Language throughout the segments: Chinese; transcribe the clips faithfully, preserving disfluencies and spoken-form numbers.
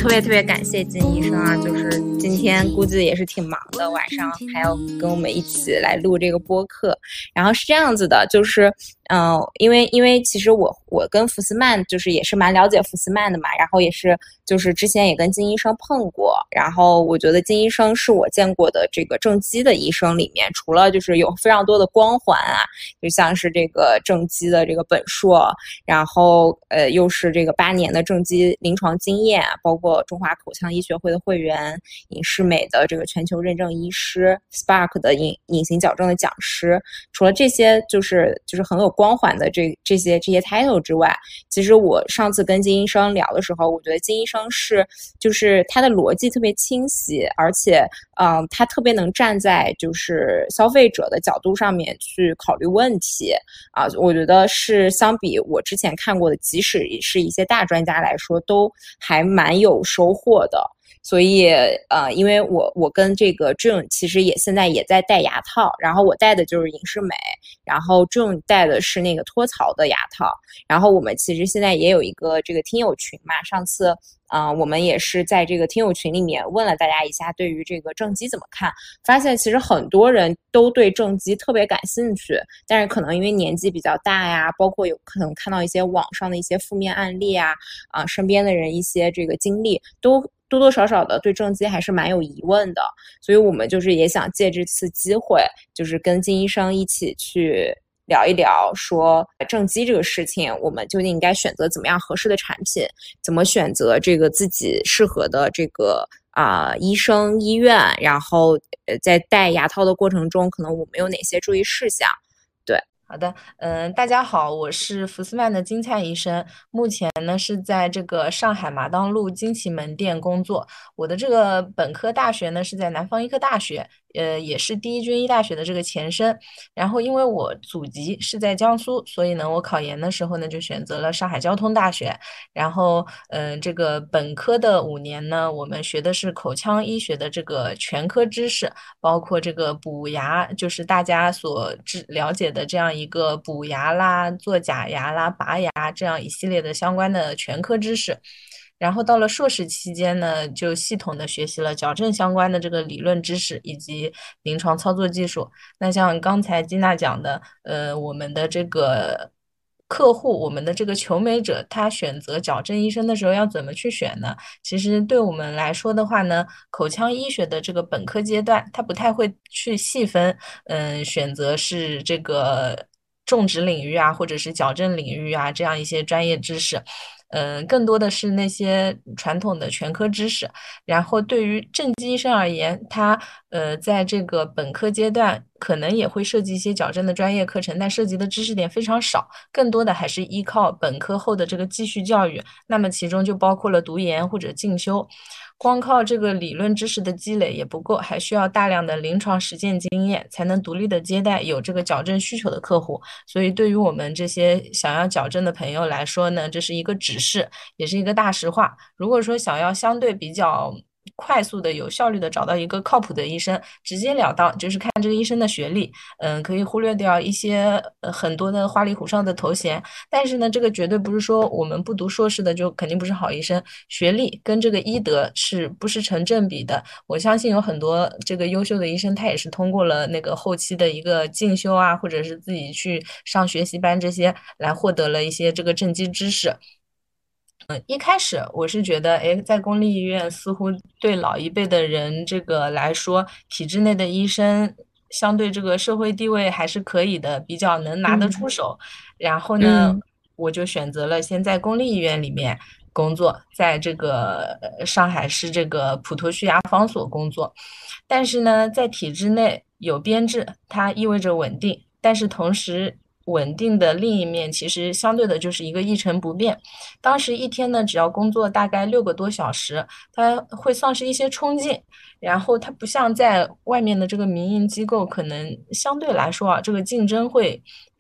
特别特别感谢金医生啊，就是今天估计也是挺忙的，晚上还要跟我们一起来录这个播客。然后是这样子的，就是嗯、呃，因为因为其实我我跟福斯曼就是也是蛮了解福斯曼的嘛，然后也是就是之前也跟金医生碰过，然后我觉得金医生是我见过的这个正畸的医生里面，除了就是有非常多的光环啊，就像是这个正畸的这个本硕，然后呃又是这个八年的正畸临床经验，包括中华口腔医学会的会员，隐适美的这个全球认证医师 ，Spark 的隐隐形矫正的讲师。除了这些就是就是很有光环的这这些这些 title 之外，其实我上次跟金医生聊的时候，我觉得金医生是就是他的逻辑特别清晰，而且嗯、呃，他特别能站在就是消费者的角度上面去考虑问题啊、呃，我觉得是相比我之前看过的，即使是一些大专家来说，都还蛮有收获的。所以呃，因为我我跟这个 June 其实也现在也在戴牙套，然后我戴的就是隐适美，然后 June 戴的是那个脱槽的牙套，然后我们其实现在也有一个这个听友群嘛，上次啊、呃，我们也是在这个听友群里面问了大家一下对于这个正畸怎么看，发现其实很多人都对正畸特别感兴趣，但是可能因为年纪比较大呀，包括有可能看到一些网上的一些负面案例啊，啊、呃，身边的人一些这个经历都多多少少的对正畸还是蛮有疑问的，所以我们就是也想借这次机会，就是跟金医生一起去聊一聊，说正畸这个事情，我们究竟应该选择怎么样合适的产品，怎么选择这个自己适合的这个啊、呃、医生医院，然后呃在戴牙套的过程中，可能我们有哪些注意事项？对。 好的，嗯，大家好，我是福斯曼的金灿医生，目前呢是在这个上海马当路金旗门店工作。我的这个本科大学呢是在南方医科大学，呃，也是第一军医大学的这个前身。然后因为我祖籍是在江苏，所以呢，我考研的时候呢就选择了上海交通大学。然后，嗯、呃，这个本科的五年呢，我们学的是口腔医学的这个全科知识，包括这个补牙，就是大家所知了解的这样一个补牙啦、做假牙啦、拔牙这样一系列的相关的全科知识。然后到了硕士期间呢，就系统的学习了矫正相关的这个理论知识以及临床操作技术。那像刚才金娜讲的，呃，我们的这个客户，我们的这个求美者，他选择矫正医生的时候要怎么去选呢？其实对我们来说的话呢，口腔医学的这个本科阶段，他不太会去细分，嗯，选择是这个种植领域啊，或者是矫正领域啊，这样一些专业知识。嗯，更多的是那些传统的全科知识。然后对于正畸医生而言，他呃在这个本科阶段可能也会涉及一些矫正的专业课程，但涉及的知识点非常少，更多的还是依靠本科后的这个继续教育。那么其中就包括了读研或者进修。光靠这个理论知识的积累也不够，还需要大量的临床实践经验，才能独立的接待有这个矫正需求的客户。所以对于我们这些想要矫正的朋友来说呢，这是一个指示，也是一个大实话。如果说想要相对比较快速的、有效率的找到一个靠谱的医生，直截了当就是看这个医生的学历，嗯，可以忽略掉一些呃很多的花里胡哨的头衔。但是呢，这个绝对不是说我们不读硕士的就肯定不是好医生，学历跟这个医德是不是成正比的？我相信有很多这个优秀的医生，他也是通过了那个后期的一个进修啊，或者是自己去上学习班这些，来获得了一些这个正畸知识。嗯，一开始我是觉得，哎，在公立医院似乎对老一辈的人这个来说，体制内的医生相对这个社会地位还是可以的，比较能拿得出嗯手。然后呢， 嗯我就选择了先在公立医院里面工作，在这个呃上海市这个普陀区牙防所工作。但是呢，在体制内有编制，它意味着稳定，但是同时稳定的另一面，其实相对的就是一个一成不变。当时一天呢，只要工作大概六个多小时，它会丧失一些冲劲。然后它不像在外面的这个民营机构，可能相对来说啊，这个竞争会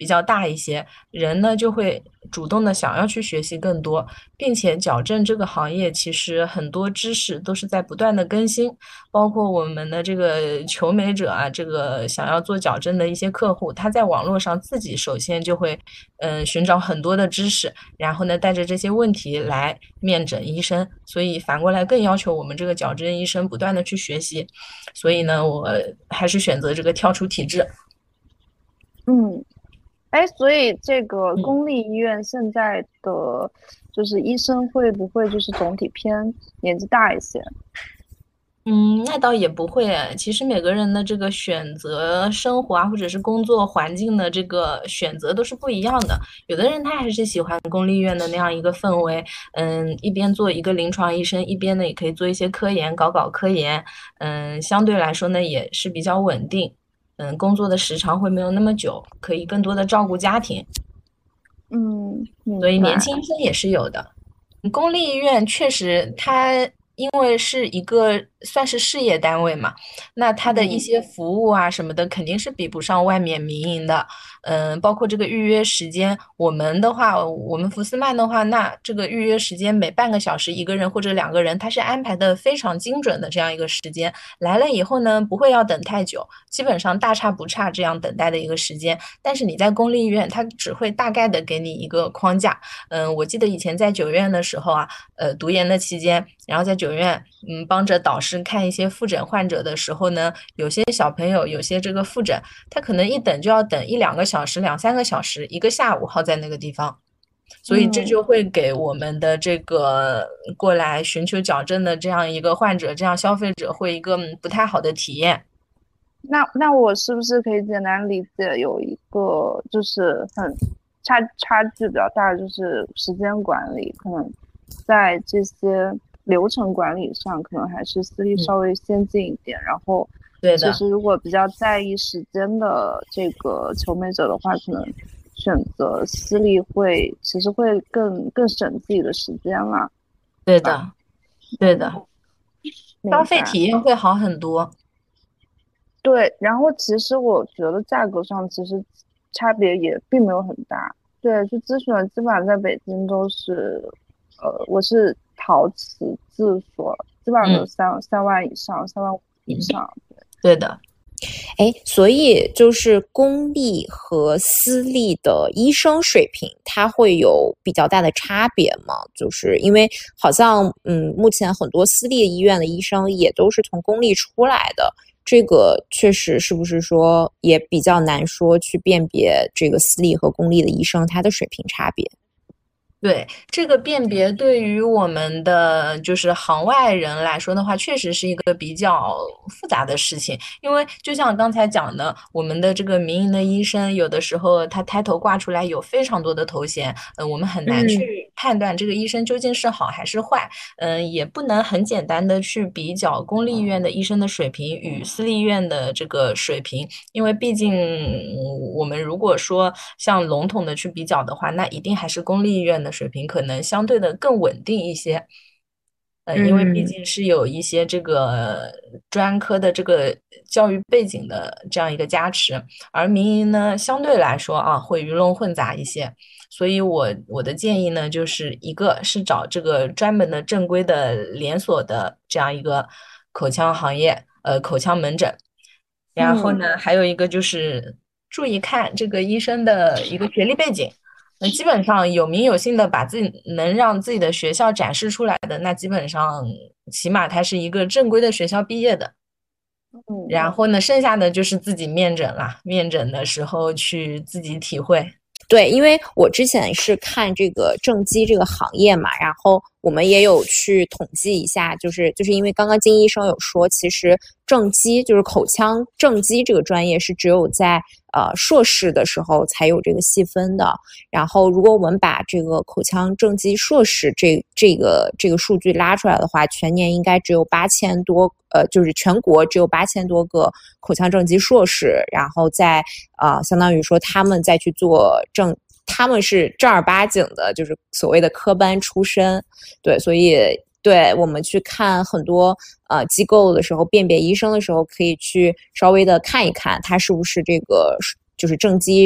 比较大一些，人呢就会主动的想要去学习更多，并且矫正这个行业其实很多知识都是在不断的更新，包括我们的这个求美者啊，这个想要做矫正的一些客户，他在网络上自己首先就会嗯、呃、寻找很多的知识，然后呢带着这些问题来面诊医生，所以反过来更要求我们这个矫正医生不断的去学习，所以呢我还是选择这个跳出体制。 嗯，哎，所以这个公立医院现在的就是医生会不会就是总体偏年纪大一些？ 嗯，那倒也不会。其实每个人的这个选择生活啊，或者是工作环境的这个选择都是不一样的。有的人他还是喜欢公立医院的那样一个氛围，嗯，一边做一个临床医生，一边呢也可以做一些科研，搞搞科研，嗯，相对来说呢也是比较稳定，嗯，工作的时长会没有那么久，可以更多的照顾家庭。 嗯， 所以年轻医生也是有的。公立医院确实它因为是一个算是事业单位嘛，那它的一些服务啊什么的肯定是比不上外面民营的。嗯，包括这个预约时间，我们的话，我们福斯曼的话，那这个预约时间每半个小时一个人或者两个人，它是安排的非常精准的这样一个时间。来了以后呢，不会要等太久，基本上大差不差这样等待的一个时间。但是你在公立医院，它只会大概的给你一个框架。嗯，我记得以前在九院的时候啊，呃，读研的期间，然后在九院，嗯，帮着导师看一些复诊患者的时候呢，有些小朋友，有些这个复诊，他可能一等就要等一两个小时、两三个小时，一个下午耗在那个地方，所以这就会给我们的这个过来寻求矫正的这样一个患者、这样消费者会一个不太好的体验。 那那我是不是可以简单理解，有一个就是很差差距比较大，就是时间管理，可能在这些流程管理上，可能还是私立稍微先进一点。嗯、然后， 对的， 其实如果比较在意时间的这个求美者的话，可能选择私立会其实会更更省自己的时间啦。 对的，对的，消费体验会好很多。 对，然后其实我觉得价格上其实差别也并没有很大。对，去咨询的基本上在北京都是，呃，我是陶瓷自所，基本上都三、嗯、三万以上，三万五以上。 对的。 哎，所以就是公立和私立的医生水平，它会有比较大的差别吗？就是因为好像，嗯，目前很多私立医院的医生也都是从公立出来的。这个确实是不是说也比较难说去辨别这个私立和公立的医生他的水平差别？ 对，这个辨别对于我们的就是行外人来说的话，确实是一个比较复杂的事情。因为就像刚才讲的，我们的这个民营的医生，有的时候他抬头挂出来有非常多的头衔，嗯、呃，我们很难去判断这个医生究竟是好还是坏。嗯、呃，也不能很简单的去比较公立医院的医生的水平与私立医院的这个水平，因为毕竟我们如果说像笼统的去比较的话，那一定还是公立医院的水平可能相对的更稳定一些，呃，因为毕竟是有一些这个专科的这个教育背景的这样一个加持，而民营呢相对来说啊会鱼龙混杂一些，所以我我的建议呢就是一个是找这个专门的正规的连锁的这样一个口腔行业，呃，口腔门诊，然后呢、嗯、还有一个就是注意看这个医生的一个学历背景。那基本上有名有姓的把自己能让自己的学校展示出来的，那基本上起码他是一个正规的学校毕业的。 嗯， 然后呢，剩下的就是自己面诊啦，面诊的时候去自己体会。 对，因为我之前是看这个正畸这个行业嘛，然后我们也有去统计一下，就是就是因为刚刚金医生有说，其实正畸就是口腔正畸这个专业是只有在呃硕士的时候才有这个细分的。然后如果我们把这个口腔正畸硕士这这个这个数据拉出来的话，全年应该只有八千多，呃，就是全国只有八千多个口腔正畸硕士，然后在啊、呃，相当于说他们再去做正，他们是正儿八经的，就是所谓的科班出身，对，所以对我们去看很多呃机构的时候，辨别医生的时候，可以去稍微的看一看他是不是这个就是正畸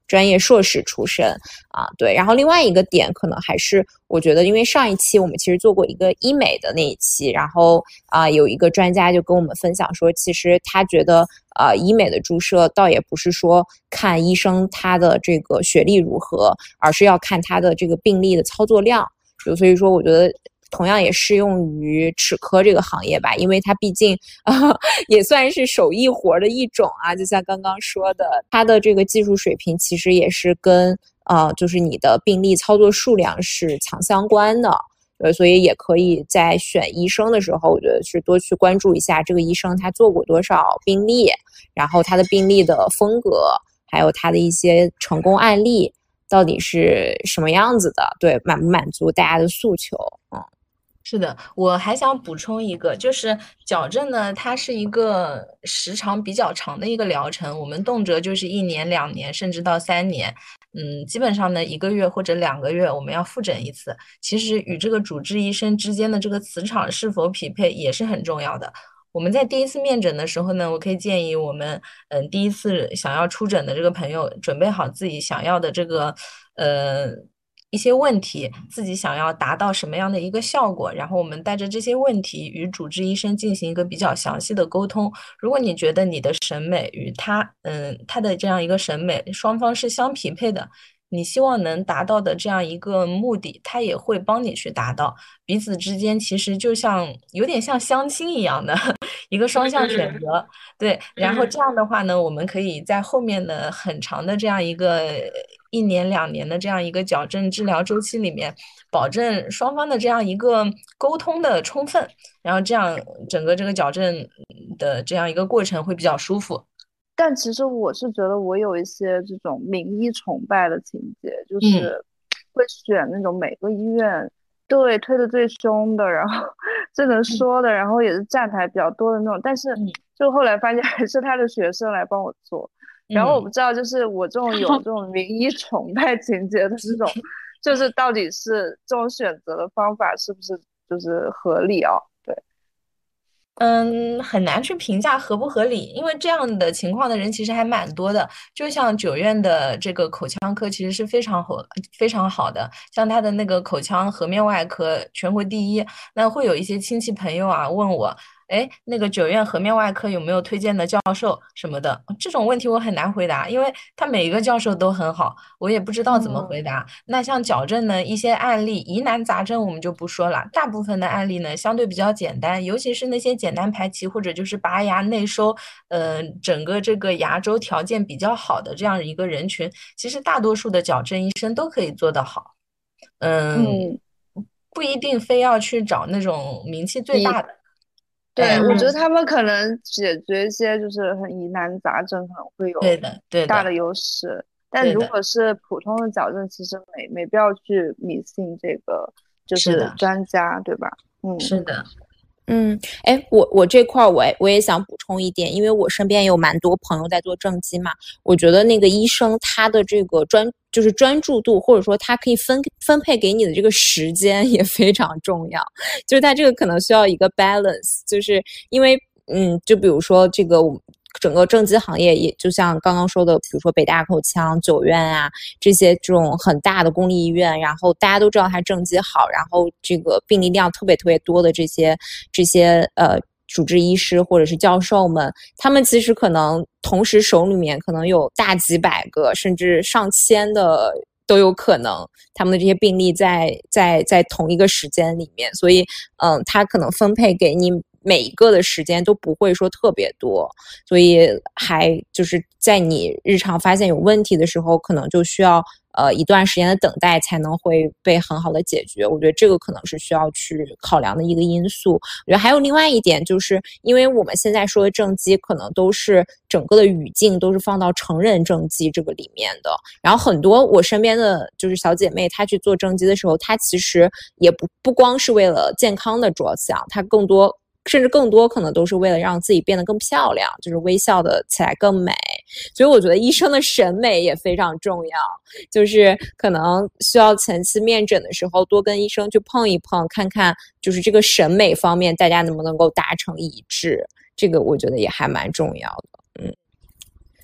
专业硕士出身啊，对。然后另外一个点可能还是我觉得，因为上一期我们其实做过一个医美的那一期，然后啊、呃、有一个专家就跟我们分享说，其实他觉得呃医美的注射倒也不是说看医生他的这个学历如何，而是要看他的这个病例的操作量。就所以说，我觉得。同样也适用于齿科这个行业吧，因为它毕竟啊、呃、也算是手艺活的一种啊，就像刚刚说的，它的这个技术水平其实也是跟呃就是你的病例操作数量是强相关的。呃，所以也可以在选医生的时候，我觉得是多去关注一下这个医生他做过多少病例，然后他的病例的风格，还有他的一些成功案例到底是什么样子的，对，满不满足大家的诉求，嗯。 是的，我还想补充一个，就是矫正呢，它是一个时长比较长的一个疗程，我们动辄就是一年、两年，甚至到三年。嗯，基本上呢，一个月或者两个月我们要复诊一次。其实与这个主治医生之间的这个磁场是否匹配也是很重要的。我们在第一次面诊的时候呢，我可以建议我们，嗯，第一次想要出诊的这个朋友，准备好自己想要的这个，呃。一些问题，自己想要达到什么样的一个效果，然后我们带着这些问题与主治医生进行一个比较详细的沟通。如果你觉得你的审美与他，嗯，他的这样一个审美双方是相匹配的，你希望能达到的这样一个目的，他也会帮你去达到。彼此之间其实就像有点像相亲一样的一个双向选择，对。然后这样的话呢，我们可以在后面的很长的这样一个一年两年的这样一个矫正治疗周期里面，保证双方的这样一个沟通的充分，然后这样整个这个矫正的这样一个过程会比较舒服。 但其实我是觉得我有一些这种名医崇拜的情节，就嗯是会选那种每个医院对推的最凶的，然后最能说的，然后也是站台比较多的那种。但是嗯就后来发现还是他的学生来帮我做，然后我嗯。 不知道，就是我这种有这种名医崇拜情节的这种，就是到底是这种选择的方法是不是就是合理啊？对。 嗯，很难去评价合不合理，因为这样的情况的人其实还蛮多的。就像九院的这个口腔科，其实是非常好、非常好的。像他的那个口腔颌面外科全国第一，那会有一些亲戚朋友啊问我，哎，那个九院颌面外科有没有推荐的教授什么的？这种问题我很难回答，因为他每一个教授都很好，我也不知道怎么回答。那像矫正呢，一些案例疑难杂症我们就不说了，大部分的案例呢相对比较简单，尤其是那些简单排齐或者就是拔牙内收，呃，整个这个牙周条件比较好的这样一个人群，其实大多数的矫正医生都可以做得好。嗯， 嗯， 不一定非要去找那种名气最疑大的。 对， 哎， 我觉得他们可能解决一些就是很疑难杂症，可能会有对的，对的， 大的优势。但对的， 如果是普通的矫正，其实没没必要去迷信这个，就是是的， 专家，对吧？嗯是的， 嗯，哎，我我这块儿我也我也想补充一点，因为我身边有蛮多朋友在做正畸嘛，我觉得那个医生他的这个专就是专注度，或者说他可以分分配给你的这个时间也非常重要，就是他这个可能需要一个 balance，就是因为嗯，就比如说这个我。整个正畸行业也就像刚刚说的，比如说北大口腔、九院啊这些这种很大的公立医院，然后大家都知道它正畸好，然后这个病例量特别特别多的这些这些呃主治医师或者是教授们，他们其实可能同时手里面可能有大几百个甚至上千的。都有可能，他们的这些病例在在在同一个时间里面，所以，嗯，他可能分配给你每一个的时间都不会说特别多，所以还就是在你日常发现有问题的时候，可能就需要呃一段时间的等待才能会被很好的解决。我觉得这个可能是需要去考量的一个因素。我觉得还有另外一点，就是因为我们现在说的正畸，可能都是整个的语境都是放到成人正畸这个里面的。然后很多我身边的就是小姐妹，她去做正畸的时候，她其实也不不光是为了健康的着想，她更多。甚至更多可能都是为了让自己变得更漂亮，就是微笑的起来更美。所以我觉得医生的审美也非常重要，就是可能需要前期面诊的时候多跟医生去碰一碰，看看就是这个审美方面大家能不能够达成一致，这个我觉得也还蛮重要的。嗯。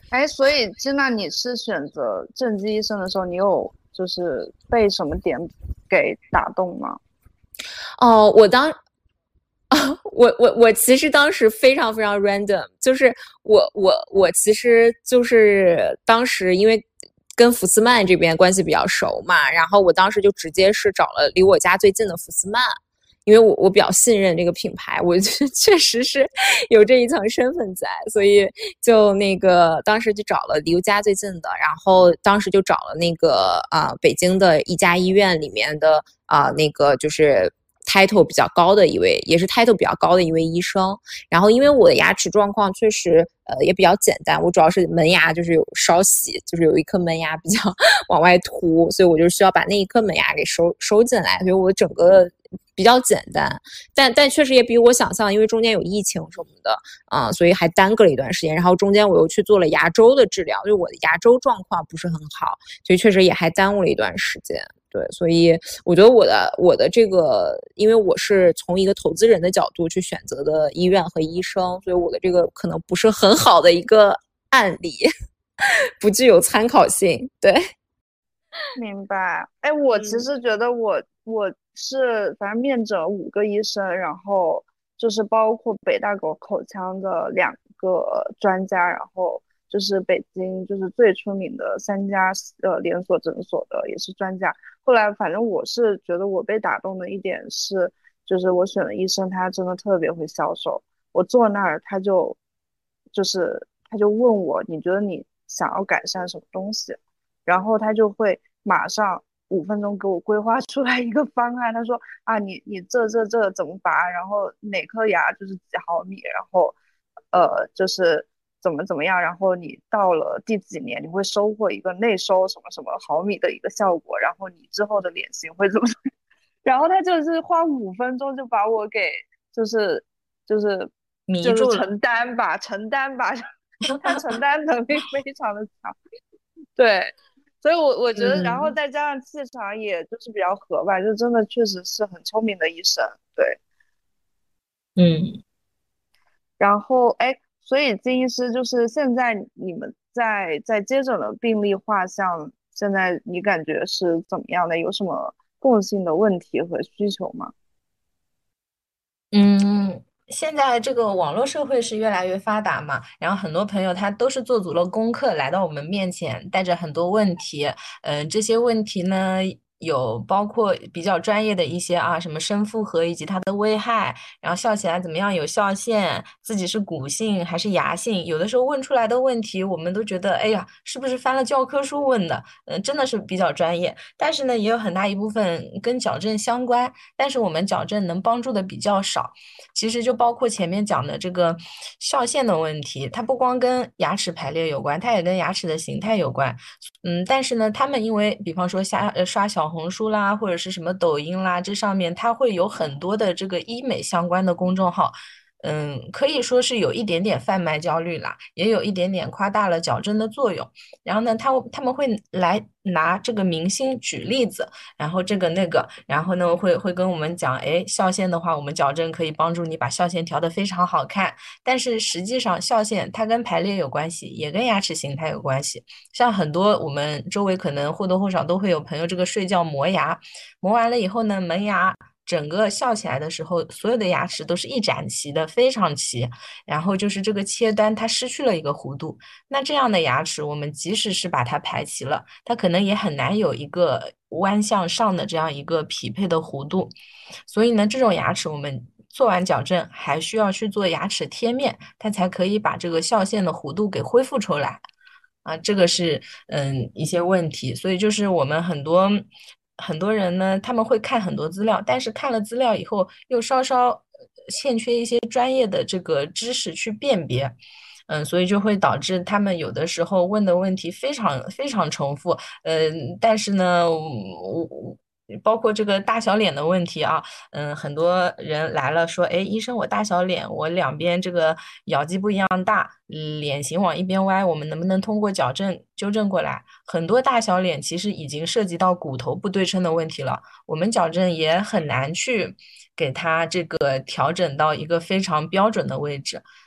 哎，所以金娜，你是选择正畸医生的时候，你有就是被什么点给打动吗？ 哦，我当我我我其实当时非常非常 random，就是我我我其实就是当时因为跟福斯曼这边关系比较熟嘛，然后我当时就直接是找了离我家最近的福斯曼，因为我我比较信任这个品牌，我确实是有这一层身份在，所以就那个当时就找了离我家最近的，然后当时就找了那个啊、呃、北京的一家医院里面的啊、呃、那个就是。title 比较高的一位，也是 title 比较高的一位医生。然后因为我的牙齿状况确实呃也比较简单，我主要是门牙就是有稍细，就是有一颗门牙比较往外凸，所以我就需要把那一颗门牙给收收进来，所以我整个比较简单，但但确实也比我想象，因为中间有疫情什么的啊、呃，所以还耽搁了一段时间。然后中间我又去做了牙周的治疗，因为我的牙周状况不是很好，所以确实也还耽误了一段时间。对，所以我觉得我的我的这个，因为我是从一个投资人的角度去选择的医院和医生，所以我的这个可能不是很好的一个案例，不具有参考性。对， 明白。哎，我其实觉得我我是反正面诊五个医生，然后就是包括北大口口腔的两个专家，然后就是北京就是最出名的三家呃连锁诊所的也是专家。后来反正我是觉得我被打动的一点是，就是我选的医生他真的特别会销售。我坐那儿他就就是他就问我你觉得你想要改善什么东西，然后他就会马上五分钟给我规划出来一个方案。他说啊，你你这这这怎么拔，然后哪颗牙就是几毫米，然后呃就是怎么怎么样，然后你到了第几年你会收获一个内收什么什么毫米的一个效果，然后你之后的脸型会怎么怎么样。然后他就是花五分钟就把我给就是就是就是迷住了。 承担吧，承担吧，他承担能力非常的强。对，所以我我觉得，然后嗯再加上气场，也就是比较合吧，就真的确实是很聪明的医生。对， 嗯。 然后哎，所以金医师就是现在你们在在接诊的病例画像，现在你感觉是怎么样的？有什么共性的问题和需求吗？ 嗯，现在这个网络社会是越来越发达嘛，然后很多朋友他都是做足了功课来到我们面前，带着很多问题。嗯、这些问题呢，有包括比较专业的一些啊，什么深负荷以及它的危害，然后笑起来怎么样，有笑线，自己是骨性还是牙性，有的时候问出来的问题，我们都觉得，哎呀，是不是翻了教科书问的？嗯、真的是比较专业，但是呢，也有很大一部分跟矫正相关。但是我们矫正能帮助的比较少。其实就包括前面讲的这个笑线的问题，它不光跟牙齿排列有关，它也跟牙齿的形态有关。嗯，但是呢，他们因为比方说下呃刷小红书啦，或者是什么抖音啦，这上面它会有很多的这个医美相关的公众号。嗯，可以说是有一点点贩卖焦虑啦，也有一点点夸大了矫正的作用。然后呢，他他们会来拿这个明星举例子，然后这个那个，然后呢会会跟我们讲，哎，笑线的话，我们矫正可以帮助你把笑线调得非常好看。但是实际上，笑线它跟排列有关系，也跟牙齿形态有关系。像很多我们周围可能或多或少都会有朋友这个睡觉磨牙，磨完了以后呢，门牙。整个笑起来的时候，所有的牙齿都是一展齐的，非常齐。然后就是这个切端它失去了一个弧度，那这样的牙齿，我们即使是把它排齐了，它可能也很难有一个弯向上的这样一个匹配的弧度。所以呢，这种牙齿我们做完矫正，还需要去做牙齿贴面，它才可以把这个笑线的弧度给恢复出来。啊，这个是嗯一些问题，所以就是我们很多很多人呢，他们会看很多资料，但是看了资料以后，又稍稍呃欠缺一些专业的这个知识去辨别。嗯，所以就会导致他们有的时候问的问题非常非常重复。嗯，但是呢，我包括这个大小脸的问题啊，嗯，很多人来了说，哎，医生，我大小脸，我两边这个咬肌不一样大，脸型往一边歪，我们能不能通过矫正纠正过来？很多大小脸其实已经涉及到骨头不对称的问题了，我们矫正也很难去给它这个调整到一个非常标准的位置。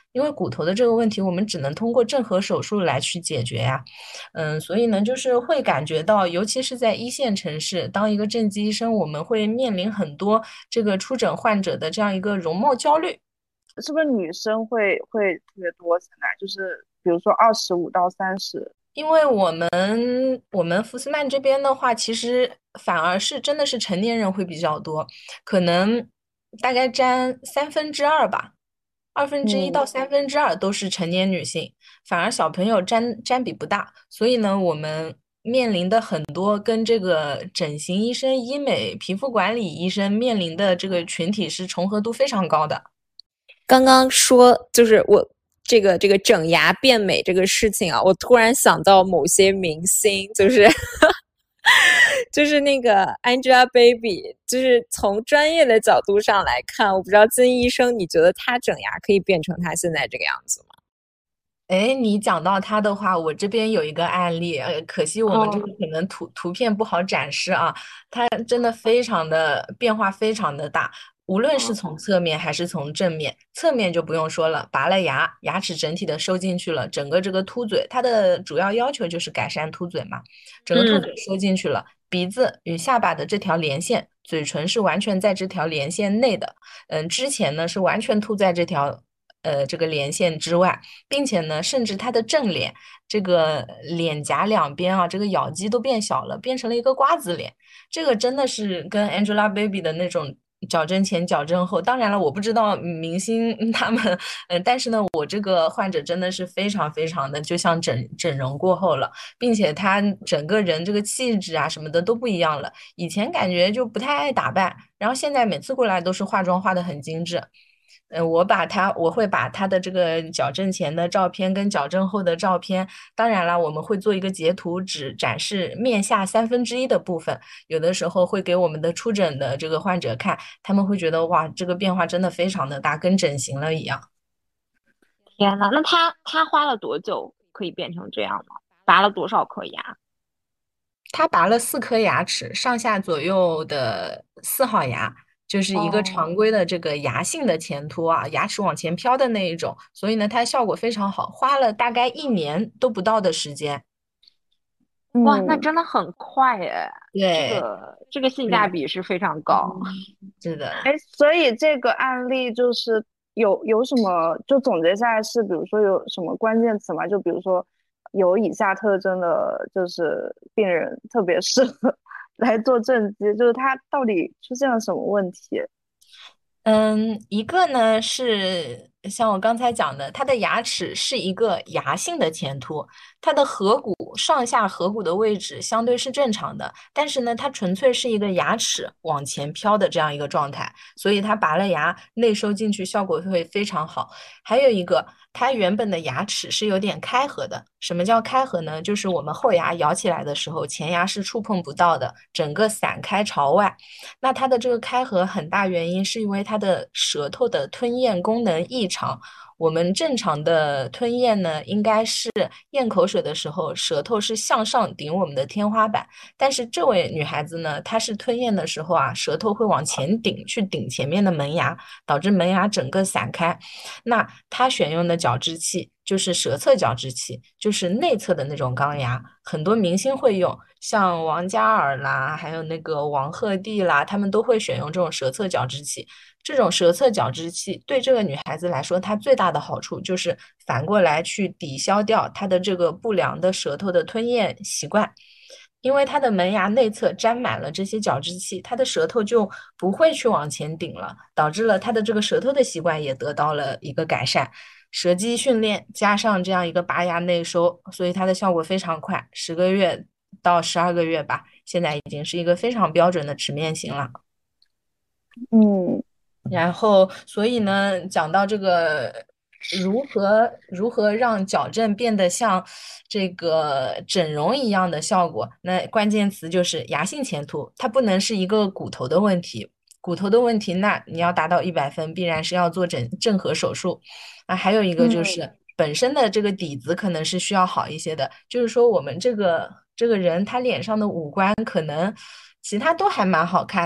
因为骨头的这个问题，我们只能通过正颌手术来去解决呀。嗯，所以呢，就是会感觉到，尤其是在一线城市，当一个正畸医生，我们会面临很多这个出诊患者的这样一个容貌焦虑。 是不是女生会会特别多现在？就是比如说二十五到三十。 因为我们我们福斯曼这边的话，其实反而是真的是成年人会比较多，可能大概占三分之二吧，二分之一嗯， 到三分之二都是成年女性，反而小朋友占占比不大。所以呢，我们面临的很多跟这个整形医生、医美、皮肤管理医生面临的这个群体是重合度非常高的。 刚刚说就是我这个这个整牙变美这个事情啊，我突然想到某些明星，就是就是那个 Angelababy， 就是从专业的角度上来看，我不知道金医生你觉得她整牙可以变成她现在这个样子吗？ 哎，你讲到他的话，我这边有一个案例，呃，可惜我们这个哦， 可能图图片不好展示啊，它真的非常的变化非常的大，无论是哦， 从侧面还是从正面，侧面就不用说了，拔了牙，牙齿整体的收进去了，整个这个凸嘴，它的主要要求就是改善凸嘴嘛，整个凸嗯， 嘴收进去了，鼻子与下巴的这条连线，嘴唇是完全在这条连线内的，嗯，之前呢是完全凸在这条。呃，这个连线之外，并且呢，甚至他的正脸这个脸颊两边啊，这个咬肌都变小了，变成了一个瓜子脸。这个真的是跟 Angelababy 的那种矫正前、矫正后。当然了，我不知道明星他们，嗯，但是呢，我这个患者真的是非常非常的就像整整容过后了，并且他整个人这个气质啊什么的都不一样了。以前感觉就不太爱打扮，然后现在每次过来都是化妆化的很精致。嗯，我把他，我会把他的这个矫正前的照片跟矫正后的照片，当然了，我们会做一个截图，只展示面下三分之一的部分。有的时候会给我们的出诊的这个患者看，他们会觉得哇，这个变化真的非常的大，跟整形了一样。 天呐，那他他花了多久可以变成这样呢？拔了多少颗牙？ 他拔了四颗牙齿，上下左右的四号牙，就是一个哦， 常规的这个牙性的前凸啊，牙齿往前飘的那一种，所以呢，它效果非常好，花了大概一年都不到的时间。 哇，那嗯， 真的很快诶，这对， 个这个性价对， 比是非常高。 是的。 哎，所以这个案例就是有有什么，就总结下来是，比如说有什么关键词吗？就比如说有以下特征的，就是病人特别适合来做正畸，就是他到底出现了什么问题？ 嗯，一个呢是像我刚才讲的，它的牙齿是一个牙性的前凸，它的颌骨上下颌骨的位置相对是正常的，但是呢，它纯粹是一个牙齿往前飘的这样一个状态，所以它拔了牙内收进去效果会非常好。还有一个，它原本的牙齿是有点开合的。什么叫开合呢？就是我们后牙咬起来的时候，前牙是触碰不到的，整个散开朝外。那它的这个开合很大原因是因为它的舌头的吞咽功能异常。我们正常的吞咽呢，应该是咽口水的时候，舌头是向上顶我们的天花板。但是这位女孩子呢，她是吞咽的时候啊，舌头会往前顶，去顶前面的门牙，导致门牙整个散开。那她选用的矫治器就是舌侧矫治器，就是内侧的那种钢牙，很多明星会用，像王嘉尔啦，还有那个王鹤棣啦，他们都会选用这种舌侧矫治器。这种舌侧矫治器对这个女孩子来说，它最大的好处就是反过来去抵消掉她的这个不良的舌头的吞咽习惯。因为她的门牙内侧沾满了这些矫治器，她的舌头就不会去往前顶了，导致了她的这个舌头的习惯也得到了一个改善。舌肌训练加上这样一个拔牙内收，所以它的效果非常快，十个月到十二个月吧，现在已经是一个非常标准的齿面型了。 嗯然后，所以呢，讲到这个如何如何让矫正变得像这个整容一样的效果，那关键词就是牙性前凸，它不能是一个骨头的问题。骨头的问题，那你要达到一百分，必然是要做整正颌手术。啊，还有一个就嗯是本身的这个底子可能是需要好一些的，就是说我们这个这个人他脸上的五官可能其他都还蛮好看的。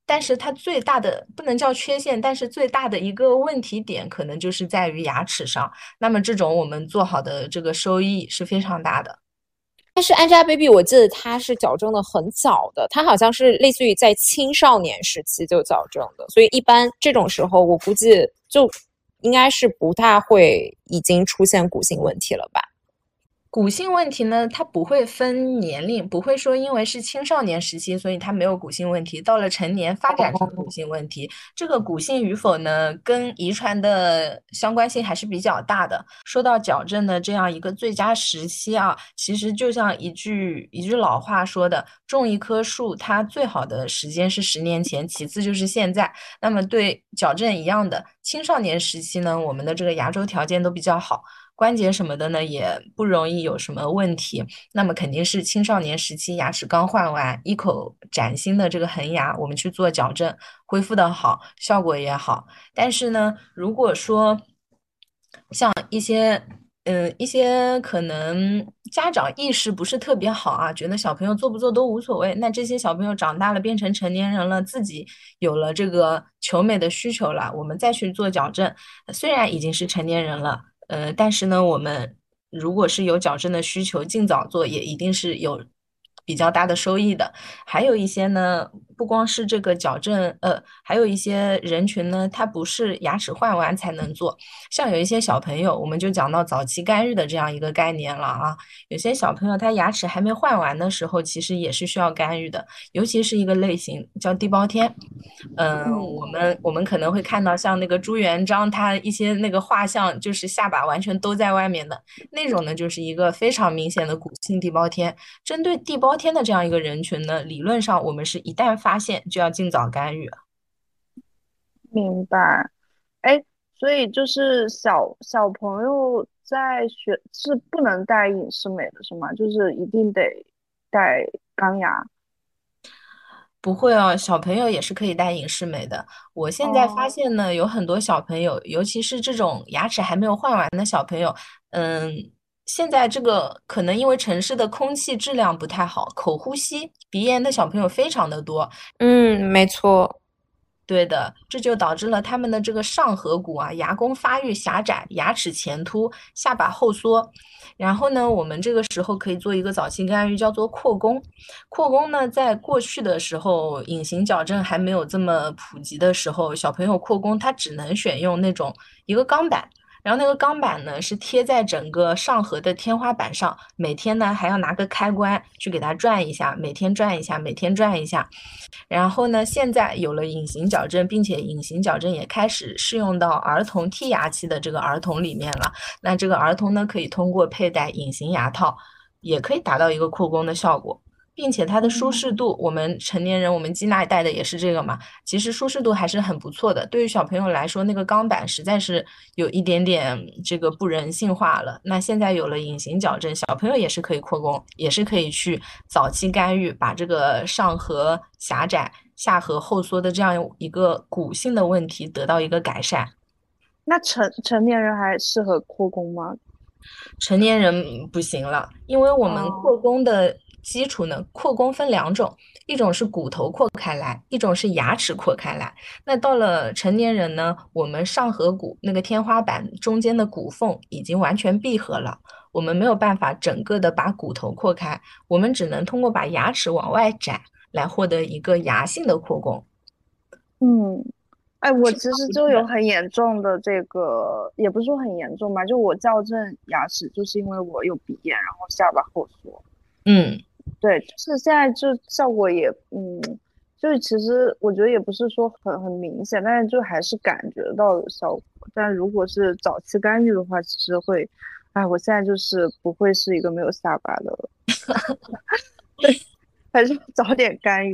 但是它最大的不能叫缺陷，但是最大的一个问题点可能就是在于牙齿上。那么这种我们做好的这个收益是非常大的。 但是 Angelababy 我记得她是矫正的很早的，她好像是类似于在青少年时期就矫正的，所以一般这种时候我估计就应该是不大会已经出现骨性问题了吧。 骨性问题呢，它不会分年龄，不会说因为是青少年时期，所以它没有骨性问题，到了成年发展成骨性问题。这个骨性与否呢，跟遗传的相关性还是比较大的。说到矫正的这样一个最佳时期啊，其实就像一句一句老话说的，种一棵树，它最好的时间是十年前，其次就是现在。那么对矫正一样的，青少年时期呢，我们的这个牙周条件都比较好。关节什么的呢，也不容易有什么问题，那么肯定是青少年时期牙齿刚换完，一口崭新的这个恒牙，我们去做矫正，恢复的好，效果也好。但是呢，如果说像一些嗯，一些可能家长意识不是特别好啊，觉得小朋友做不做都无所谓。那这些小朋友长大了，变成成年人了，自己有了这个求美的需求了，我们再去做矫正，虽然已经是成年人了。呃，但是呢，我们如果是有矫正的需求，尽早做也一定是有比较大的收益的。还有一些呢，不光是这个矫正，呃，还有一些人群呢，他不是牙齿换完才能做。像有一些小朋友，我们就讲到早期干预的这样一个概念了啊。有些小朋友他牙齿还没换完的时候，其实也是需要干预的，尤其是一个类型叫地包天。嗯，我们我们可能会看到像那个朱元璋他一些那个画像，就是下巴完全都在外面的那种呢，就是一个非常明显的骨性地包天。针对地包天的这样一个人群呢，理论上我们是一旦发现就要尽早干预。 明白。哎，所以就是小小朋友在学是不能戴隐适美的是吗？就是一定得戴钢牙。 不会哦，小朋友也是可以戴隐适美的。我现在发哦， 现呢，有很多小朋友，尤其是这种牙齿还没有换完的小朋友，嗯，现在这个可能因为城市的空气质量不太好，口呼吸、鼻炎的小朋友非常的多。 嗯，没错。 对的，这就导致了他们的这个上颌骨啊，牙弓发育狭窄，牙齿前凸，下巴后缩。然后呢，我们这个时候可以做一个早期干预，叫做扩弓。扩弓呢，在过去的时候，隐形矫正还没有这么普及的时候，小朋友扩弓他只能选用那种一个钢板。然后那个钢板呢是贴在整个上颌的天花板上，每天呢还要拿个开关去给它转一下，每天转一下，每天转一下。然后呢，现在有了隐形矫正，并且隐形矫正也开始适用到儿童剔牙期的这个儿童里面了。那这个儿童呢，可以通过佩戴隐形牙套，也可以达到一个扩弓的效果。并且它的舒适度，我们成年人我们基那戴的也是这个嘛，其实舒适度还是很不错的。对于小朋友来说，那个钢板实在是有一点点这个不人性化了。那现在有了隐形矫正，小朋友也是可以扩弓，也是可以去早期干预，把这个上颌狭窄、下颌后缩的这样一个骨性的问题得到一个改善。 那成成年人还适合扩弓吗？ 成年人不行了，因为我们扩哦， 弓的基础呢，扩弓分两种，一种是骨头扩开来，一种是牙齿扩开来。那到了成年人呢，我们上颌骨那个天花板中间的骨缝已经完全闭合了，我们没有办法整个的把骨头扩开，我们只能通过把牙齿往外展来获得一个牙性的扩弓。 嗯。哎，我是这其实样子的。 就有很严重的这个，也不是说很严重吧，就我矫正牙齿，就是因为我有鼻炎，然后下巴后缩。 嗯。 对，就是现在就效果也，嗯，就是其实我觉得也不是说很很明显，但是就还是感觉到有效果。但如果是早期干预的话，其实会，哎，我现在就是不会是一个没有下巴的，对，还是早点干预。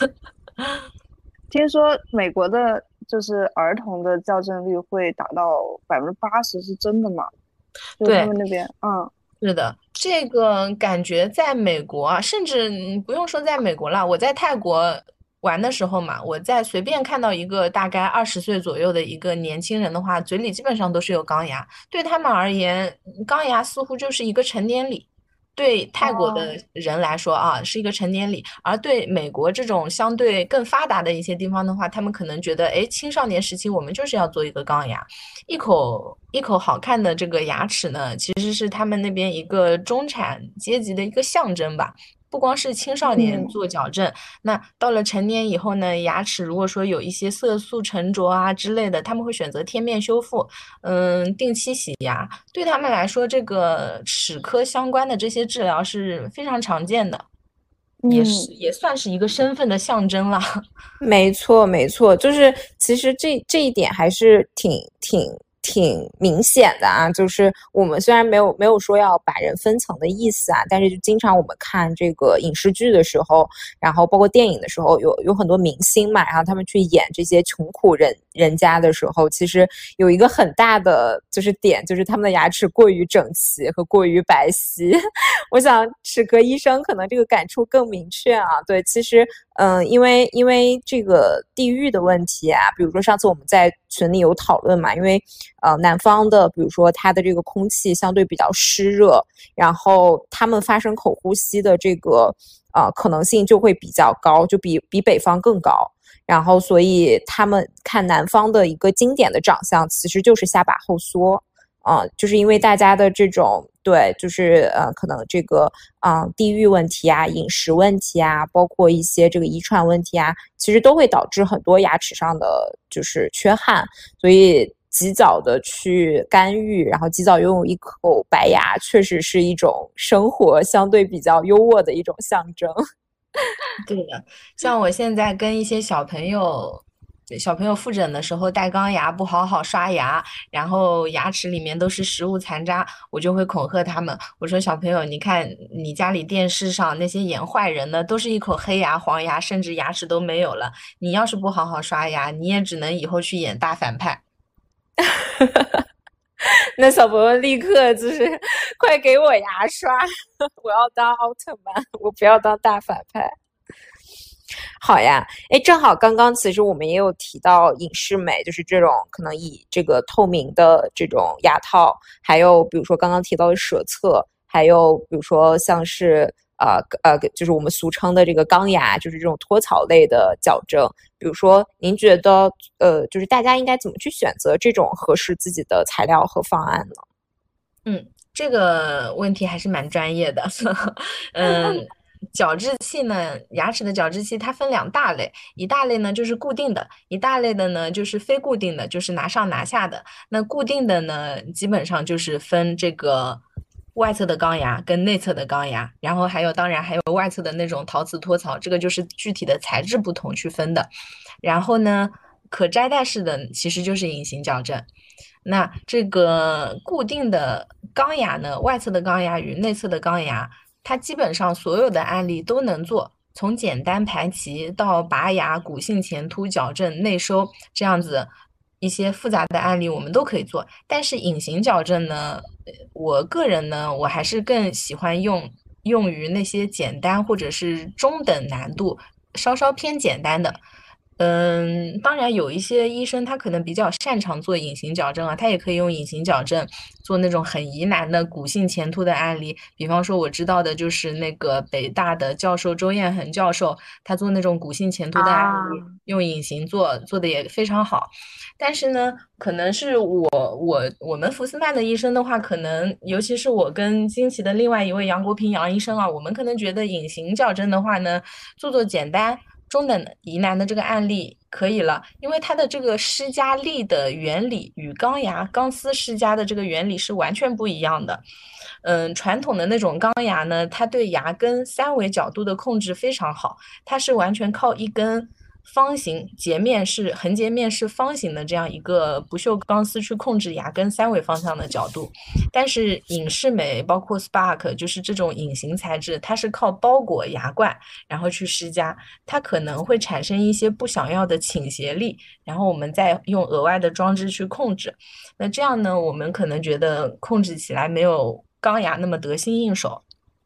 听说美国的就是儿童的校正率会达到百分之八十，是真的吗？就是他对。 们那边，嗯是的，这个感觉在美国啊，甚至嗯不用说在美国了，我在泰国玩的时候嘛，我在随便看到一个大概二十岁左右的一个年轻人的话，嘴里基本上都是有钢牙，对他们而言，钢牙似乎就是一个成年礼。 对泰国哦， 的人来说啊，是一个成年礼，而对美国这种相对更发达的一些地方的话，他们可能觉得，哎，青少年时期我们就是要做一个钢牙，一口一口好看的这个牙齿呢，其实是他们那边一个中产阶级的一个象征吧。不光是青少年嗯做矫正，那到了成年以后呢，牙齿如果说有一些色素沉着啊之类的，他们会选择贴面修复，嗯，定期洗牙。对他们来说，这个齿科相关的这些治疗是非常常见的，也嗯是也算是一个身份的象征了。 没错，没错，就是其实这这一点还是挺挺挺明显的啊。就是我们虽然没有没有说要把人分层的意思啊，但是就经常我们看这个影视剧的时候，然后包括电影的时候，有有很多明星嘛，然后他们去演这些穷苦人人家的时候，其实有一个很大的就是点，就是他们的牙齿过于整齐和过于白皙。我想齿科医生可能这个感触更明确啊。对，其实嗯、呃因为因为这个地域的问题啊，比如说上次我们在群里有讨论嘛，因为呃南方的，比如说它的这个空气相对比较湿热，然后他们发生口呼吸的这个呃可能性就会比较高，就比比北方更高。然后，所以他们看南方的一个经典的长相，其实就是下巴后缩，啊、呃，就是因为大家的这种对，就是呃，可能这个啊、呃、地域问题啊、饮食问题啊，包括一些这个遗传问题啊，其实都会导致很多牙齿上的就是缺憾，所以及早的去干预，然后及早拥有一口白牙，确实是一种生活相对比较优渥的一种象征。 对的，像我现在跟一些小朋友。小朋友复诊的时候戴钢牙不好好刷牙，然后牙齿里面都是食物残渣，我就会恐吓他们。我说小朋友，你看你家里电视上那些演坏人的，都是一口黑牙、黄牙，甚至牙齿都没有了。你要是不好好刷牙，你也只能以后去演大反派。 那小朋友立刻就是快给我牙刷，我要当奥特曼，我不要当大反派。好呀，哎，正好刚刚其实我们也有提到隐适美，就是这种可能以这个透明的这种牙套，还有比如说刚刚提到的舌侧，还有比如说像是呃呃，就是我们俗称的这个钢牙，就是这种托槽类的矫正。比如说，您觉得呃，就是大家应该怎么去选择这种合适自己的材料和方案呢？ 嗯，这个问题还是蛮专业的。嗯，矫治器呢，牙齿的矫治器它分两大类，一大类呢就是固定的，一大类的呢就是非固定的，就是拿上拿下的。那固定的呢，基本上就是分这个外侧的钢牙跟内侧的钢牙，然后还有当然还有外侧的那种陶瓷托槽，这个就是具体的材质不同去分的。然后呢，可摘戴式的其实就是隐形矫正。那这个固定的钢牙呢，外侧的钢牙与内侧的钢牙，它基本上所有的案例都能做，从简单排齐到拔牙、骨性前凸、矫正、内收这样子一些复杂的案例，我们都可以做。但是隐形矫正呢，我个人呢，我还是更喜欢用用于那些简单或者是中等难度、稍稍偏简单的。嗯，当然有一些医生他可能比较擅长做隐形矫正啊，他也可以用隐形矫正做那种很疑难的骨性前凸的案例。比方说我知道的就是那个北大的教授周彦恒教授，他做那种骨性前凸的案例， 啊， 用隐形做做的也非常好。但是呢，可能是我我我们福斯曼的医生的话，可能尤其是我跟惊奇的另外一位杨国平杨医生啊，我们可能觉得隐形矫正的话呢，做做简单。中等疑难的这个案例可以了，因为它的这个施加力的原理与钢牙、钢丝施加的这个原理是完全不一样的。嗯，传统的那种钢牙呢，它对牙根三维角度的控制非常好，它是完全靠一根方形截面是横截面是方形的这样一个不锈钢丝去控制牙根三维方向的角度。但是隐适美包括 Spark 就是这种隐形材质，它是靠包裹牙冠然后去施加，它可能会产生一些不想要的倾斜力，然后我们再用额外的装置去控制。那这样呢，我们可能觉得控制起来没有钢牙那么得心应手。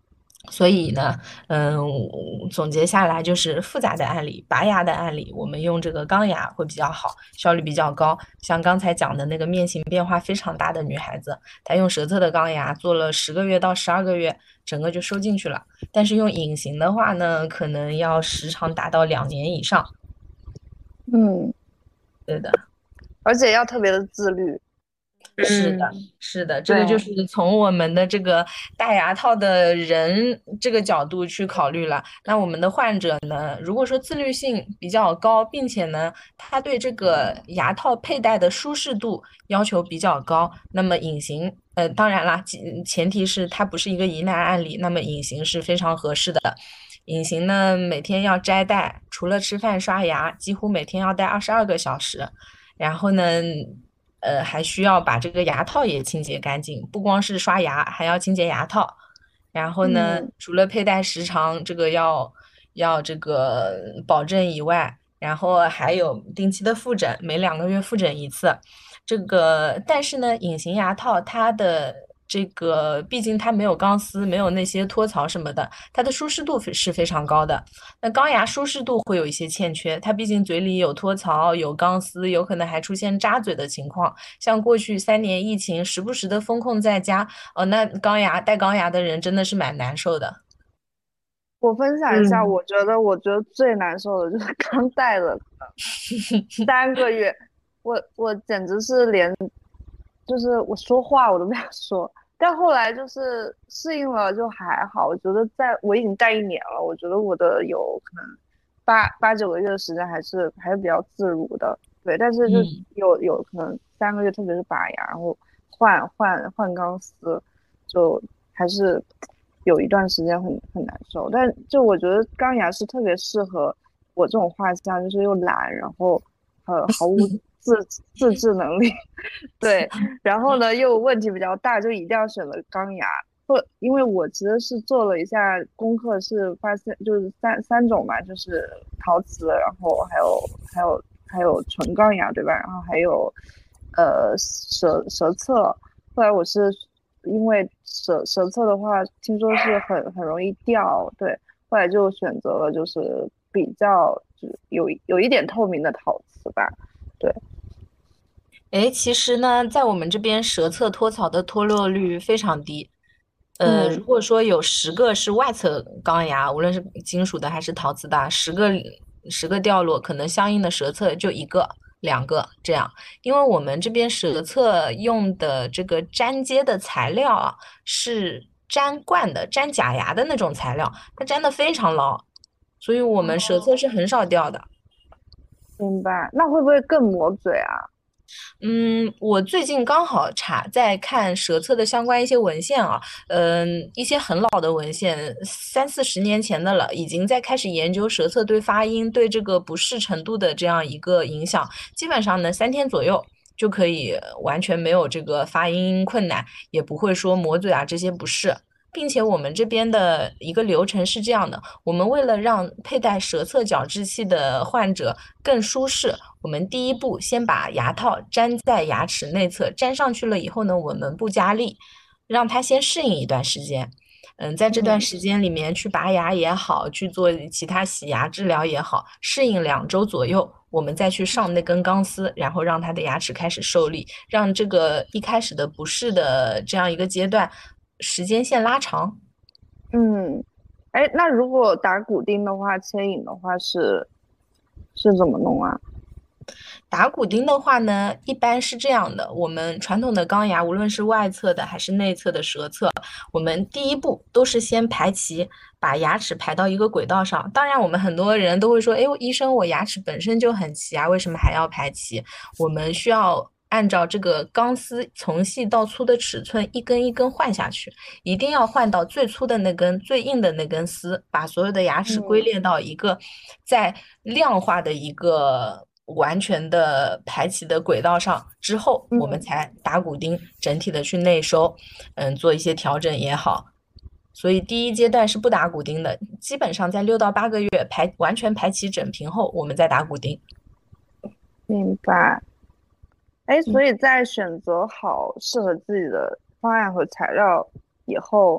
所以呢，嗯，总结下来就是复杂的案例、拔牙的案例，我们用这个钢牙会比较好，效率比较高。像刚才讲的那个面型变化非常大的女孩子，她用舌侧的钢牙做了十个月到十二个月，整个就收进去了。但是用隐形的话呢，可能要时长达到两年以上。 嗯， 对的。 而且要特别的自律。 是的， 嗯是的，这个就是从我们的这个戴牙套的人这个角度去考虑了。那我们的患者呢，如果说自律性比较高，并且呢，他对这个牙套佩戴的舒适度要求比较高，那么隐形，呃，当然啦，前前提是它不是一个疑难案例，那么隐形是非常合适的。隐形呢，每天要摘戴，除了吃饭刷牙，几乎每天要戴二十二个小时。然后呢，呃，还需要把这个牙套也清洁干净，不光是刷牙，还要清洁牙套。然后呢， 嗯除了佩戴时长这个要要这个保证以外，然后还有定期的复诊，每两个月复诊一次。这个，但是呢，隐形牙套它的这个，毕竟它没有钢丝，没有那些托槽什么的，它的舒适度是非常高的。那钢牙舒适度会有一些欠缺，它毕竟嘴里有托槽、有钢丝，有可能还出现扎嘴的情况。像过去三年疫情，时不时的封控在家，哦，那钢牙戴钢牙的人真的是蛮难受的。 我分享一下， 嗯我觉得我觉得最难受的就是刚戴了三个月，我我简直是连就是我说话我都不想说，但后来就是适应了就还好。我觉得在我已经戴一年了，我觉得我的有可能八八九个月的时间还是还是比较自如的，对。但是就嗯。 有有可能三个月，特别是拔牙，然后换换换钢丝，就还是有一段时间很很难受。但就我觉得钢牙是特别适合我这种画家，就是又懒，然后呃毫无自自制能力，对，然后呢又问题比较大，就一定要选择钢牙。或因为我其实是做了一下功课，是发现就是三三种嘛，就是陶瓷，然后还有还有还有纯钢牙，对吧？然后还有呃舌舌侧。后来我是因为舌舌侧的话，听说是很很容易掉，对，后来就选择了就是比较就是有有一点透明的陶瓷吧，对。 诶，其实呢，在我们这边舌侧托槽的脱落率非常低。呃， 嗯如果说有十个是外侧钢牙，无论是金属的还是陶瓷的，十个十个掉落，可能相应的舌侧就一个、两个这样。因为我们这边舌侧用的这个粘接的材料啊，是粘惯的、粘假牙的那种材料，它粘的非常牢，所以我们舌侧是很少掉的。 明白。那会不会更磨嘴啊？ 嗯，我最近刚好查在看舌侧的相关一些文献啊，嗯，一些很老的文献，三四十年前的了，已经在开始研究舌侧对发音、对这个不适程度的这样一个影响。基本上呢，三天左右就可以完全没有这个发音困难，也不会说磨嘴啊这些不适。并且我们这边的一个流程是这样的，我们为了让佩戴舌侧矫治器的患者更舒适，我们第一步先把牙套粘在牙齿内侧，粘上去了以后呢，我们不加力，让它先适应一段时间。嗯，在这段嗯时间里面去拔牙也好，去做其他洗牙治疗也好，适应两周左右，我们再去上那根钢丝，然后让他的牙齿开始受力，让这个一开始的不适的这样一个阶段时间线拉长。 嗯。哎，那如果打骨钉的话，牵引的话是是怎么弄啊？ 打骨钉的话呢，一般是这样的，我们传统的钢牙，无论是外侧的还是内侧的舌侧，我们第一步都是先排齐，把牙齿排到一个轨道上。当然，我们很多人都会说，哎，医生，我牙齿本身就很齐啊，为什么还要排齐？我们需要按照这个钢丝从细到粗的尺寸，一根一根换下去，一定要换到最粗的那根、最硬的那根丝，把所有的牙齿归嗯列到一个在量化的一个完全的排齐的轨道上之后，我们嗯。 才打骨钉，整体的去内收，嗯，做一些调整也好。所以第一阶段是不打骨钉的，基本上在六到八个月排完全排齐整平后，我们再打骨钉。 明白。哎， 嗯。 所以在选择好适合自己的方案和材料以后，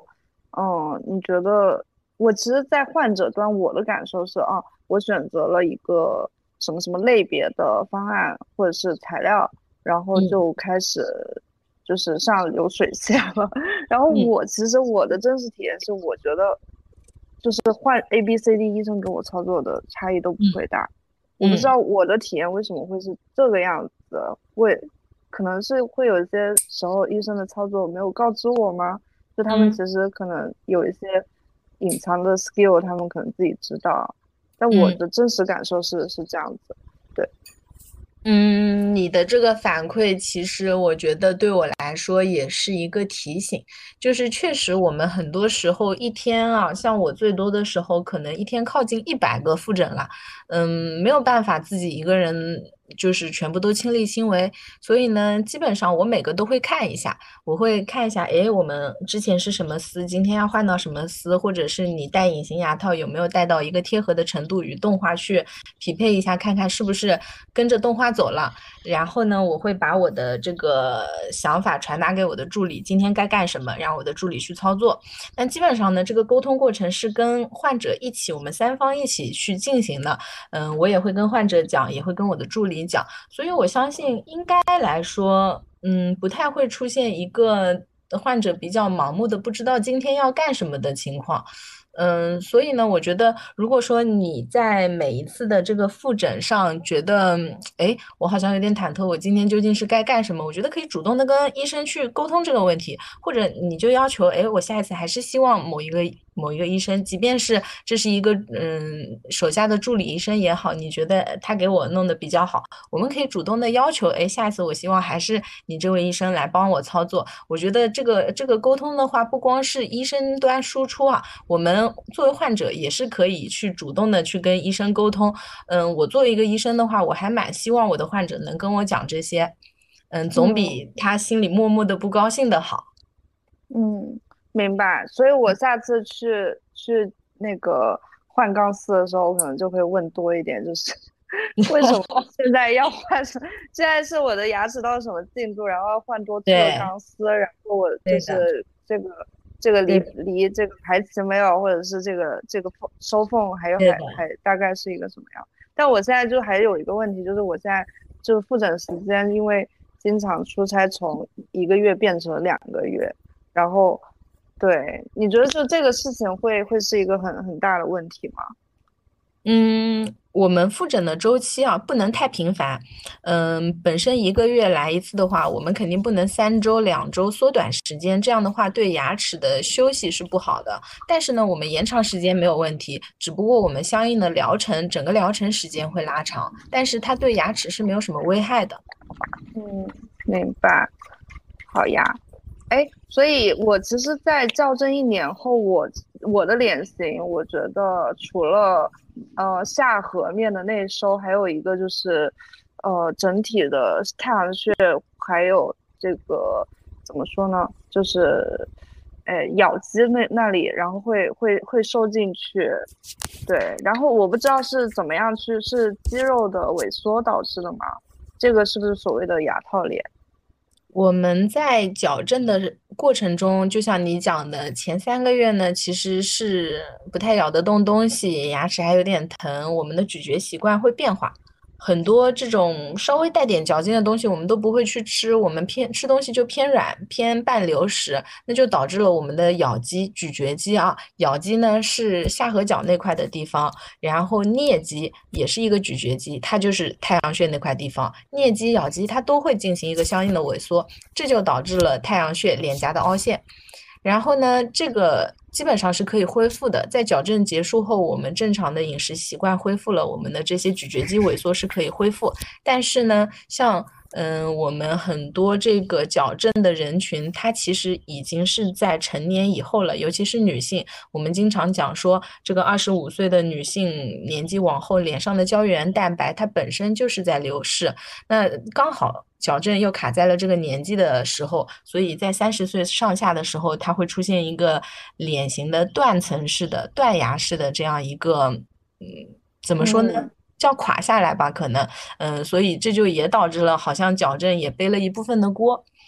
嗯，你觉得我其实，在患者端，我的感受是啊，我选择了一个什么什么类别的方案或者是材料，然后嗯就开始就是上流水线了。然后嗯我其实我的真实体验是，我觉得就是换 A、B、C、D 医生给我操作的差异都不会大。我不知嗯道我的体验为什么会是这个样子，会可能是会有一些时候医生的操作没有告知我吗？就他们嗯其实可能有一些隐藏的 skill，他们可能自己知道，但我嗯。 的真实感受是是这样子。对。 嗯，你的这个反馈，其实我觉得对我来说也是一个提醒，就是确实我们很多时候一天啊，像我最多的时候，可能一天靠近一百个复诊了，嗯，没有办法自己一个人就是全部都亲力亲为，所以呢，基本上我每个都会看一下，我会看一下，诶，我们之前是什么丝，今天要换到什么丝，或者是你戴隐形牙套有没有戴到一个贴合的程度，与动画去匹配一下，看看是不是跟着动画走了。然后呢，我会把我的这个想法传达给我的助理，今天该干什么，让我的助理去操作。那基本上呢，这个沟通过程是跟患者一起，我们三方一起去进行的。嗯，我也会跟患者讲，也会跟我的助理讲，所以我相信应该来说，嗯，不太会出现一个患者比较盲目的不知道今天要干什么的情况。嗯，所以呢，我觉得如果说你在每一次的这个复诊上觉得，哎，我好像有点忐忑，我今天究竟是该干什么？我觉得可以主动的跟医生去沟通这个问题，或者你就要求，哎，我下一次还是希望某一个某一个医生，即便是这是一个嗯手下的助理医生也好，你觉得他给我弄得比较好，我们可以主动的要求，哎，下一次我希望还是你这位医生来帮我操作。我觉得这个这个沟通的话，不光是医生端输出啊。我们作为患者也是可以去主动的去跟医生沟通。嗯，我作为一个医生的话，我还蛮希望我的患者能跟我讲这些，嗯，总嗯比他心里默默的不高兴的好。 嗯，明白。所以我下次去去那个换钢丝的时候，我可能就会问多一点，就是为什么现在要换什现在是我的牙齿到什么进度，然后要换多粗的对， 钢丝，然后我就对的， 是这个这个离对的， 离这个排齐没有，或者是这个这个缝收缝还有对的， 还还大概是一个什么样？但我现在就还有一个问题，就是我现在就是复诊时间，因为经常出差，从一个月变成了两个月，然后对，你觉得就这个事情会会是一个很很大的问题吗？ 嗯，我们复诊的周期啊，不能太频繁。嗯，本身一个月来一次的话，我们肯定不能三周、两周缩短时间，这样的话对牙齿的休息是不好的。但是呢，我们延长时间没有问题，只不过我们相应的疗程，整个疗程时间会拉长，但是它对牙齿是没有什么危害的。 嗯，明白。好呀。哎，所以我其实，在校正一年后，我我的脸型，我觉得除了呃下颌面的内收，还有一个就是呃整体的太阳穴，还有这个怎么说呢，就是呃咬肌那那里，然后会会会收进去。对，然后我不知道是怎么样去，是肌肉的萎缩导致的吗？这个是不是所谓的牙套脸？ 我们在矫正的过程中，就像你讲的，前三个月呢，其实是不太咬得动东西，牙齿还有点疼，我们的咀嚼习惯会变化。很多这种稍微带点嚼劲的东西，我们都不会去吃，我们偏吃东西就偏软、偏半流食，那就导致了我们的咬肌、咀嚼肌啊，咬肌呢是下颌角那块的地方，然后颞肌也是一个咀嚼肌，它就是太阳穴那块地方，颞肌、咬肌它都会进行一个相应的萎缩，这就导致了太阳穴脸颊的凹陷。然后呢，这个基本上是可以恢复的。在矫正结束后，我们正常的饮食习惯恢复了，我们的这些咀嚼肌萎缩是可以恢复。但是呢，像嗯、呃我们很多这个矫正的人群，他其实已经是在成年以后了，尤其是女性。我们经常讲说，这个二十五岁的女性年纪往后，脸上的胶原蛋白它本身就是在流逝，那刚好矫正又卡在了这个年纪的时候，所以在三十岁上下的时候，它会出现一个脸型的断层式的、断崖式的这样一个，嗯，怎么说呢？ 嗯。 叫垮下来吧，可能，嗯，所以这就也导致了好像矫正也背了一部分的锅。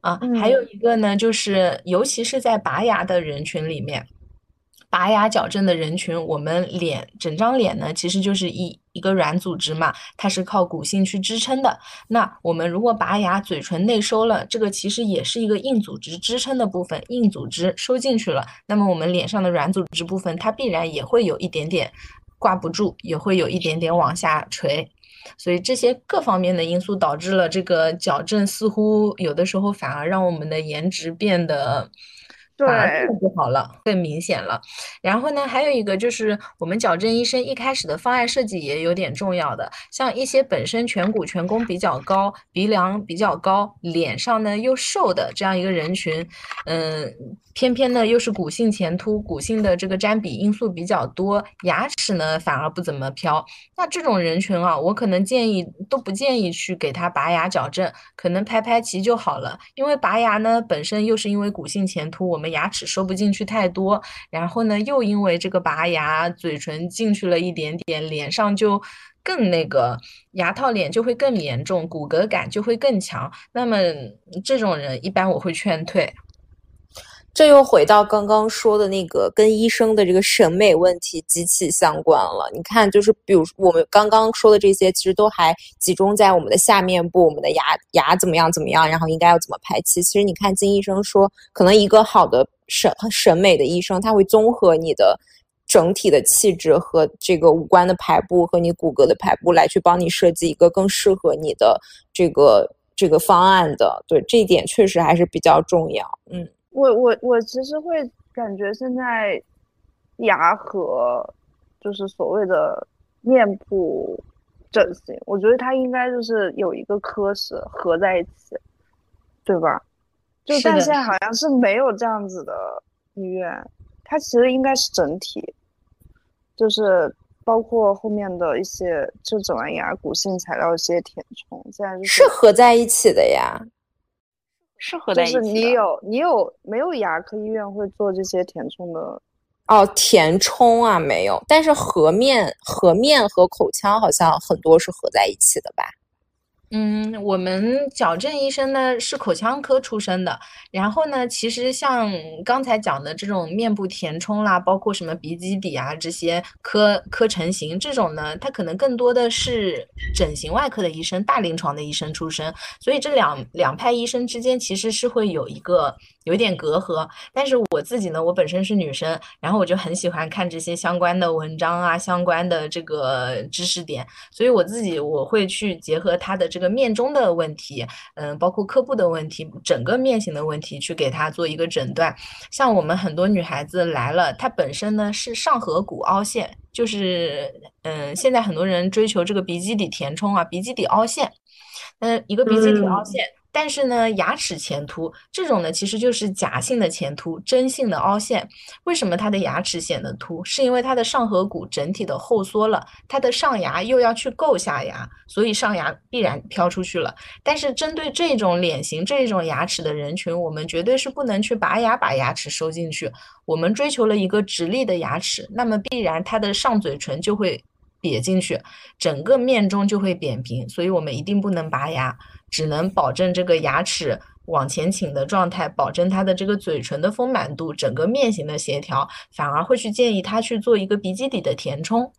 啊。 嗯还有一个呢，就是尤其是在拔牙的人群里面。拔牙矫正的人群，我们脸整张脸呢，其实就是一一个软组织嘛，它是靠骨性去支撑的。那我们如果拔牙，嘴唇内收了，这个其实也是一个硬组织支撑的部分，硬组织收进去了，那么我们脸上的软组织部分，它必然也会有一点点挂不住，也会有一点点往下垂。所以这些各方面的因素导致了这个矫正似乎有的时候反而让我们的颜值变得对反而更不好了，更明显了。然后呢，还有一个就是我们矫正医生一开始的方案设计也有点重要的，像一些本身颧骨颧弓比较高、鼻梁比较高、脸上呢又瘦的这样一个人群，嗯，偏偏呢又是骨性前凸，骨性的这个占比因素比较多，牙齿呢反而不怎么飘。那这种人群啊，我可能建议都不建议去给他拔牙矫正，可能排排齐就好了。因为拔牙呢本身又是因为骨性前凸，我们牙齿收不进去太多，然后呢又因为这个拔牙，嘴唇进去了一点点，脸上就更那个牙套脸就会更严重，骨骼感就会更强。那么这种人一般我会劝退。 这又回到刚刚说的那个跟医生的这个审美问题极其相关了。你看，就是比如我们刚刚说的这些，其实都还集中在我们的下面部，我们的牙牙怎么样怎么样，然后应该要怎么排齐。其实你看金医生说，可能一个好的审审美的医生，他会综合你的整体的气质和这个五官的排布和你骨骼的排布，来去帮你设计一个更适合你的这个这个方案的。对，这一点确实还是比较重要。嗯。 我我我其实会感觉现在牙和就是所谓的面部整形，我觉得它应该就是有一个科室合在一起，对吧？就但现在好像是没有这样子的医院，它其实应该是整体，就是包括后面的一些就整完牙骨性材料一些填充，现在、就是、 是合在一起的呀。 是合在一起的。 就是你有你有没有牙科医院会做这些填充的？ 哦，填充啊没有，但是颌面、颌面和口腔好像很多是合在一起的吧？ 嗯，我们矫正医生呢是口腔科出身的，然后呢，其实像刚才讲的这种面部填充啦，包括什么鼻基底啊这些科科成型这种呢，它可能更多的是整形外科的医生、大临床的医生出身，所以这两两派医生之间其实是会有一个有一点隔阂。但是我自己呢，我本身是女生，然后我就很喜欢看这些相关的文章啊，相关的这个知识点，所以我自己我会去结合它的这个。这个面中的问题，嗯，包括颌部的问题，整个面型的问题，去给它做一个诊断。像我们很多女孩子来了，她本身呢是上颌骨凹陷，就是嗯，现在很多人追求这个鼻基底填充啊，鼻基底凹陷，嗯，一个鼻基底凹陷。嗯但是呢，牙齿前凸这种呢，其实就是假性的前凸，真性的凹陷。为什么它的牙齿显得凸？是因为它的上颌骨整体的后缩了，它的上牙又要去够下牙，所以上牙必然飘出去了。但是针对这种脸型、这种牙齿的人群，我们绝对是不能去拔牙把牙齿收进去。我们追求了一个直立的牙齿，那么必然它的上嘴唇就会瘪进去，整个面中就会扁平，所以我们一定不能拔牙。只能保证这个牙齿往前倾的状态，保证它的这个嘴唇的丰满度，整个面型的协调，反而会去建议他去做一个鼻基底的填充。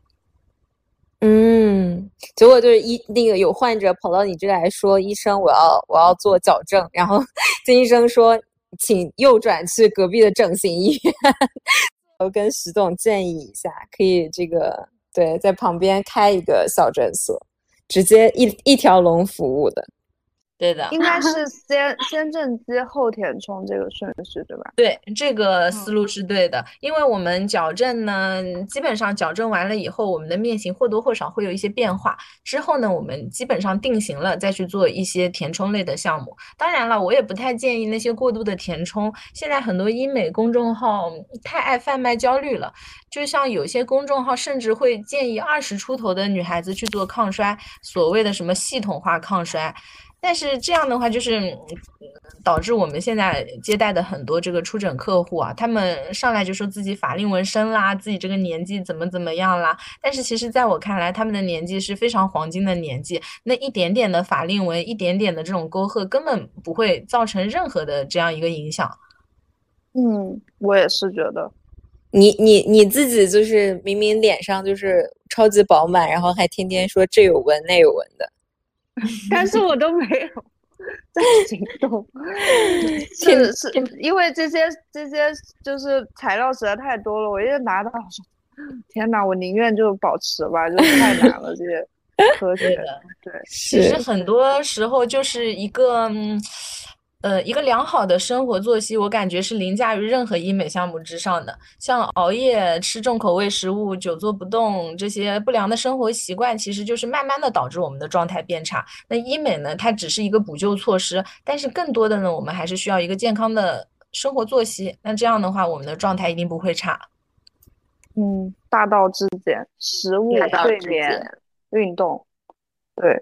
嗯，结果就是医那个有患者跑到你这来说，医生我要我要做矫正，然后金医生说请右转去隔壁的整形医院，我跟徐总建议一下，可以这个对在旁边开一个小诊所，直接一一条龙服务的。 对的， 应该是先先正畸后填充这个顺序，对吧？ 对，这个思路是对的，嗯、因为我们矫正呢，基本上矫正完了以后，我们的面型或多或少会有一些变化。之后呢，我们基本上定型了，再去做一些填充类的项目。当然了，我也不太建议那些过度的填充。现在很多医美公众号太爱贩卖焦虑了，就像有些公众号甚至会建议二十出头的女孩子去做抗衰，所谓的什么系统化抗衰。 但是这样的话，就是嗯导致我们现在接待的很多这个出诊客户啊，他们上来就说自己法令纹深啦，自己这个年纪怎么怎么样啦。但是其实在我看来，他们的年纪是非常黄金的年纪，那一点点的法令纹，一点点的这种沟壑，根本不会造成任何的这样一个影响。 嗯，我也是觉得。 你你你自己就是明明脸上就是超级饱满，然后还天天说这有纹那有纹的， 但是我都没有在行动，是是因为这些这些就是材料实在太多了，我一拿到我说天哪，我宁愿就保持吧，就太难了这些科学。对， 其实很多时候就是一个嗯。呃，一个良好的生活作息，我感觉是凌驾于任何医美项目之上的。像熬夜、吃重口味食物、久坐不动这些不良的生活习惯，其实就是慢慢的导致我们的状态变差。那医美呢，它只是一个补救措施，但是更多的呢，我们还是需要一个健康的生活作息。那这样的话，我们的状态一定不会差。 嗯，大道至简，食物、睡眠、运动，对。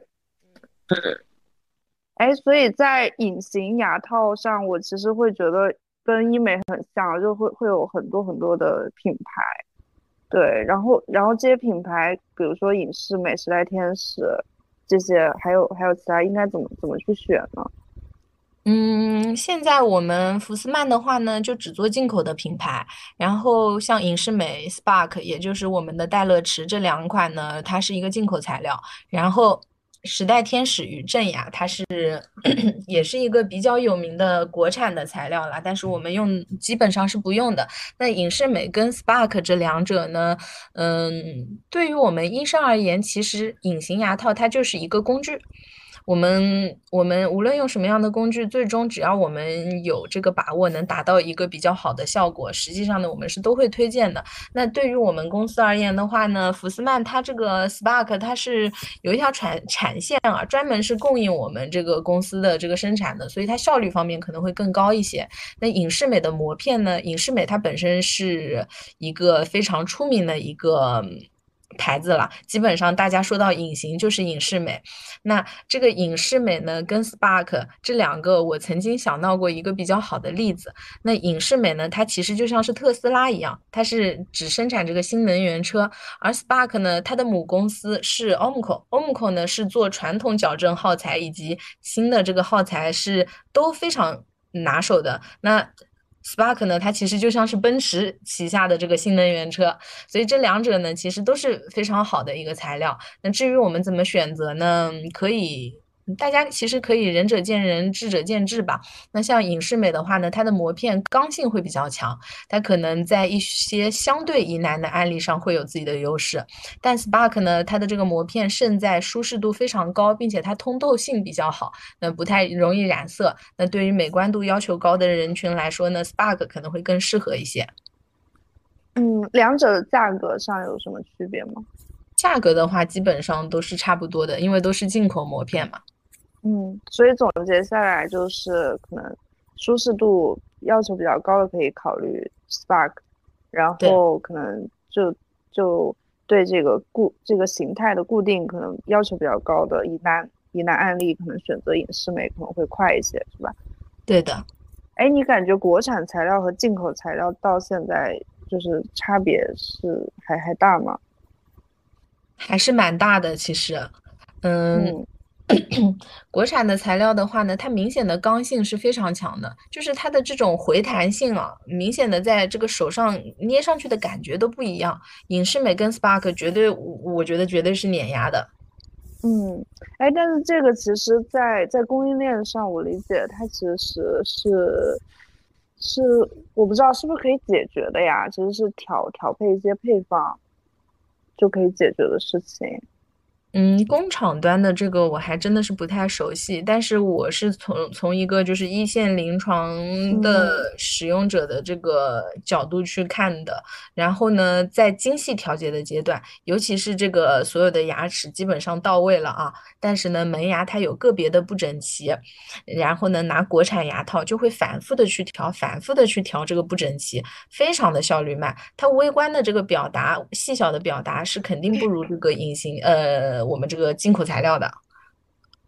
哎，所以在隐形牙套上，我其实会觉得跟医美很像，就会会有很多很多的品牌，对，然后然后这些品牌，比如说隐适美、时代天使这些，还有还有其他，应该怎么怎么去选呢？ 嗯，现在我们福斯曼的话呢，就只做进口的品牌。然后像隐适美、Spark，也就是我们的戴乐驰这两款呢，它是一个进口材料。然后时代天使与正雅，它是也是一个比较有名的国产的材料啦，但是我们用基本上是不用的。那隐适美跟 Spark 这两者呢，嗯，对于我们医生而言，其实隐形牙套它就是一个工具。我们我们无论用什么样的工具，最终只要我们有这个把握，能达到一个比较好的效果，实际上呢，我们是都会推荐的。那对于我们公司而言的话呢，福斯曼它这个 Spark 它是有一条产产线啊，专门是供应我们这个公司的这个生产的，所以它效率方面可能会更高一些。那隐适美的膜片呢，隐适美它本身是一个非常出名的一个牌子了，基本上大家说到隐形就是隐适美。那这个隐适美呢，跟 Spark 这两个，我曾经想到过一个比较好的例子。那隐适美呢，它其实就像是特斯拉一样，它是只生产这个新能源车，而 Spark 呢，它的母公司是 Omco，Omco 呢是做传统矫正耗材以及新的这个耗材是都非常拿手的。那Spark 呢，它其实就像是奔驰旗下的这个新能源车，所以这两者呢，其实都是非常好的一个材料。那至于我们怎么选择呢？可以，大家其实可以仁者见仁，智者见智吧。那像隐适美的话呢，它的膜片刚性会比较强，它可能在一些相对疑难的案例上会有自己的优势。但 Spark 呢，它的这个膜片胜在舒适度非常高，并且它通透性比较好，那不太容易染色。那对于美观度要求高的人群来说呢，Spark 可能会更适合一些。 嗯，两者的价格上有什么区别吗？ 价格的话，基本上都是差不多的，因为都是进口膜片嘛。 嗯，所以总结下来就是可能舒适度要求比较高的可以考虑 Spark， 然后可能就就对这个固这个形态的固定可能要求比较高的疑难疑难案例，可能选择隐适美可能会快一些，是吧？ 对的。 哎，你感觉国产材料和进口材料到现在就是差别是还还大吗？ 还是蛮大的，其实，嗯。嗯国产的材料的话呢，它明显的刚性是非常强的，就是它的这种回弹性啊，明显的在这个手上捏上去的感觉都不一样。隐适美跟 Spark 绝对，我觉得绝对是碾压的。 嗯，哎，但是这个其实在在供应链上，我理解它其实是是我不知道是不是可以解决的呀，其实是调调配一些配方就可以解决的事情。 嗯，工厂端的这个我还真的是不太熟悉，但是我是从从一个就是一线临床的使用者的这个角度去看的。然后呢，在精细调节的阶段，尤其是这个所有的牙齿基本上到位了啊，但是呢，门牙它有个别的不整齐，然后呢，拿国产牙套就会反复的去调，反复的去调这个不整齐，非常的效率慢。它微观的这个表达，细小的表达是肯定不如这个隐形呃。我们这个进口材料的。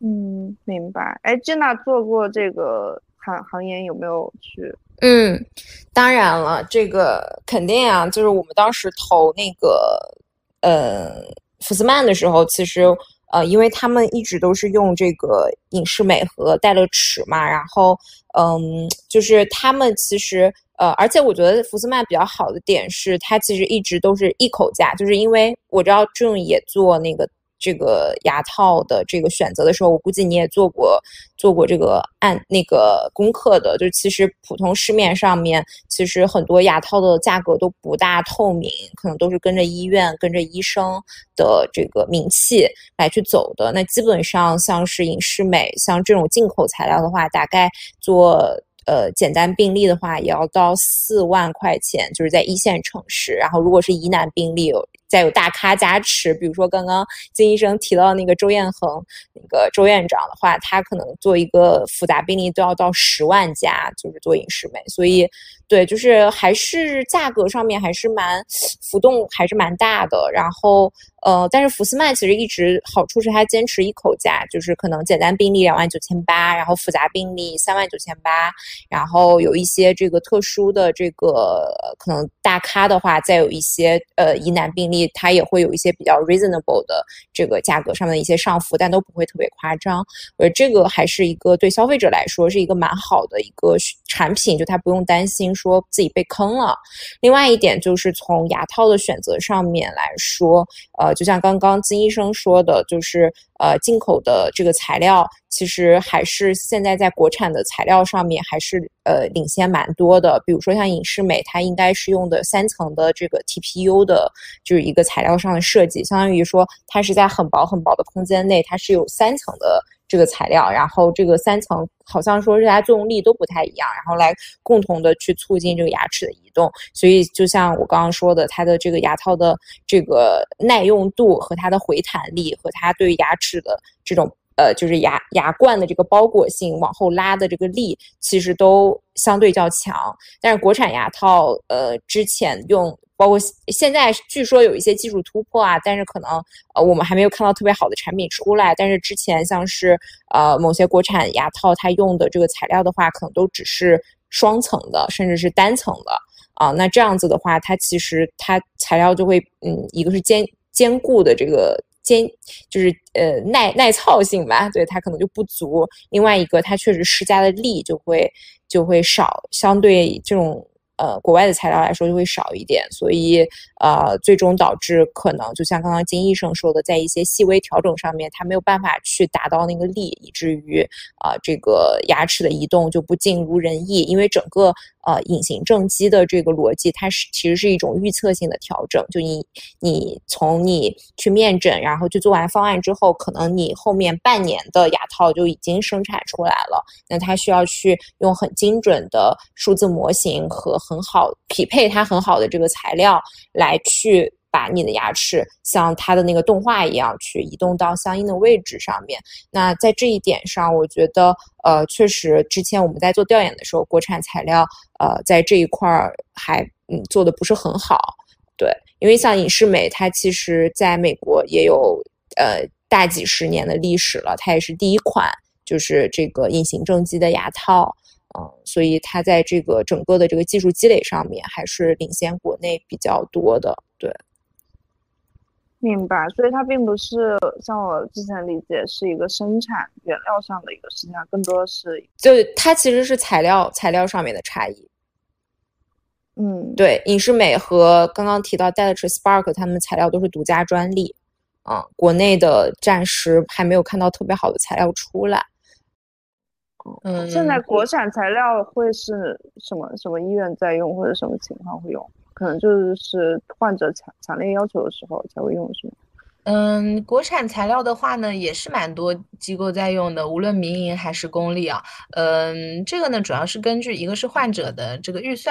嗯，明白。哎，Gina 做过这个行行研有没有去？ 嗯，当然了，这个肯定啊，就是我们当时投那个呃福斯曼的时候，其实呃，因为他们一直都是用这个影视美和戴乐齿嘛，然后嗯，就是他们其实呃，而且我觉得福斯曼比较好的点是，它其实一直都是一口价，就是因为我知道 June 也做那个。这个牙套的这个选择的时候，我估计你也做过做过这个按那个功课的，就其实普通市面上面其实很多牙套的价格都不大透明，可能都是跟着医院跟着医生的这个名气来去走的。那基本上像是隐适美，像这种进口材料的话，大概做。呃，简单病例的话，也要到四万块钱，就是在一线城市。然后，如果是疑难病例，再有大咖加持，比如说刚刚金医生提到那个周彦恒，那个周院长的话，他可能做一个复杂病例都要到十万加，就是做隐适美。所以，对，就是还是价格上面还是蛮浮动，还是蛮大的。然后，呃，但是福斯曼其实一直好处是它坚持一口价，就是可能简单病例两万九千八，然后复杂病例三万九千八。然后有一些这个特殊的这个可能大咖的话，再有一些呃疑难病例，它也会有一些比较 reasonable 的这个价格上面的一些上浮，但都不会特别夸张。而这个还是一个对消费者来说是一个蛮好的一个产品，就他不用担心说自己被坑了。另外一点就是从牙套的选择上面来说，呃，就像刚刚金医生说的，就是呃进口的这个材料。其实还是现在在国产的材料上面还是呃领先蛮多的，比如说像隐适美，它应该是用的三层的这个 T P U 的，就是一个材料上的设计，相当于说它是在很薄很薄的空间内，它是有三层的这个材料，然后这个三层好像说是它作用力都不太一样，然后来共同的去促进这个牙齿的移动。所以就像我刚刚说的，它的这个牙套的这个耐用度和它的回弹力和它对牙齿的这种呃，就是牙牙冠的这个包裹性往后拉的这个力，其实都相对较强。但是国产牙套，呃，之前用，包括现在据说有一些技术突破啊，但是可能呃我们还没有看到特别好的产品出来。但是之前像是呃某些国产牙套，它用的这个材料的话，可能都只是双层的，甚至是单层的啊、呃。那这样子的话，它其实它材料就会，嗯，一个是坚坚固的这个。坚就是呃耐耐操性吧，对它可能就不足。另外一个，它确实施加的力就会就会少，相对这种呃国外的材料来说就会少一点，所以呃最终导致可能就像刚刚金医生说的，在一些细微调整上面，它没有办法去达到那个力，以至于啊、呃、这个牙齿的移动就不尽如人意，因为整个。呃，隐形正畸的这个逻辑，它是其实是一种预测性的调整。就你你从你去面诊，然后去做完方案之后，可能你后面半年的牙套就已经生产出来了。那它需要去用很精准的数字模型和很好匹配它很好的这个材料来去。把你的牙齿像它的那个动画一样去移动到相应的位置上面。那在这一点上，我觉得呃，确实之前我们在做调研的时候，国产材料呃在这一块还嗯做的不是很好。对，因为像隐适美，它其实在美国也有呃大几十年的历史了，它也是第一款就是这个隐形正畸的牙套。嗯，所以它在这个整个的这个技术积累上面还是领先国内比较多的。对。 明白，所以它并不是像我之前理解是一个生产原料上的一个事情，更多是就它其实是材料材料上面的差异。 嗯， 对，隐适美和刚刚提到戴乐齿 Spark 他们材料都是独家专利，嗯，国内的暂时还没有看到特别好的材料出来。 嗯， 现在国产材料会是什么什么医院在用，或者什么情况会用？可能就是患者强强烈要求的时候才会用，是吗？ 嗯，国产材料的话呢，也是蛮多机构在用的，无论民营还是公立啊。嗯，这个呢，主要是根据一个是患者的这个预算，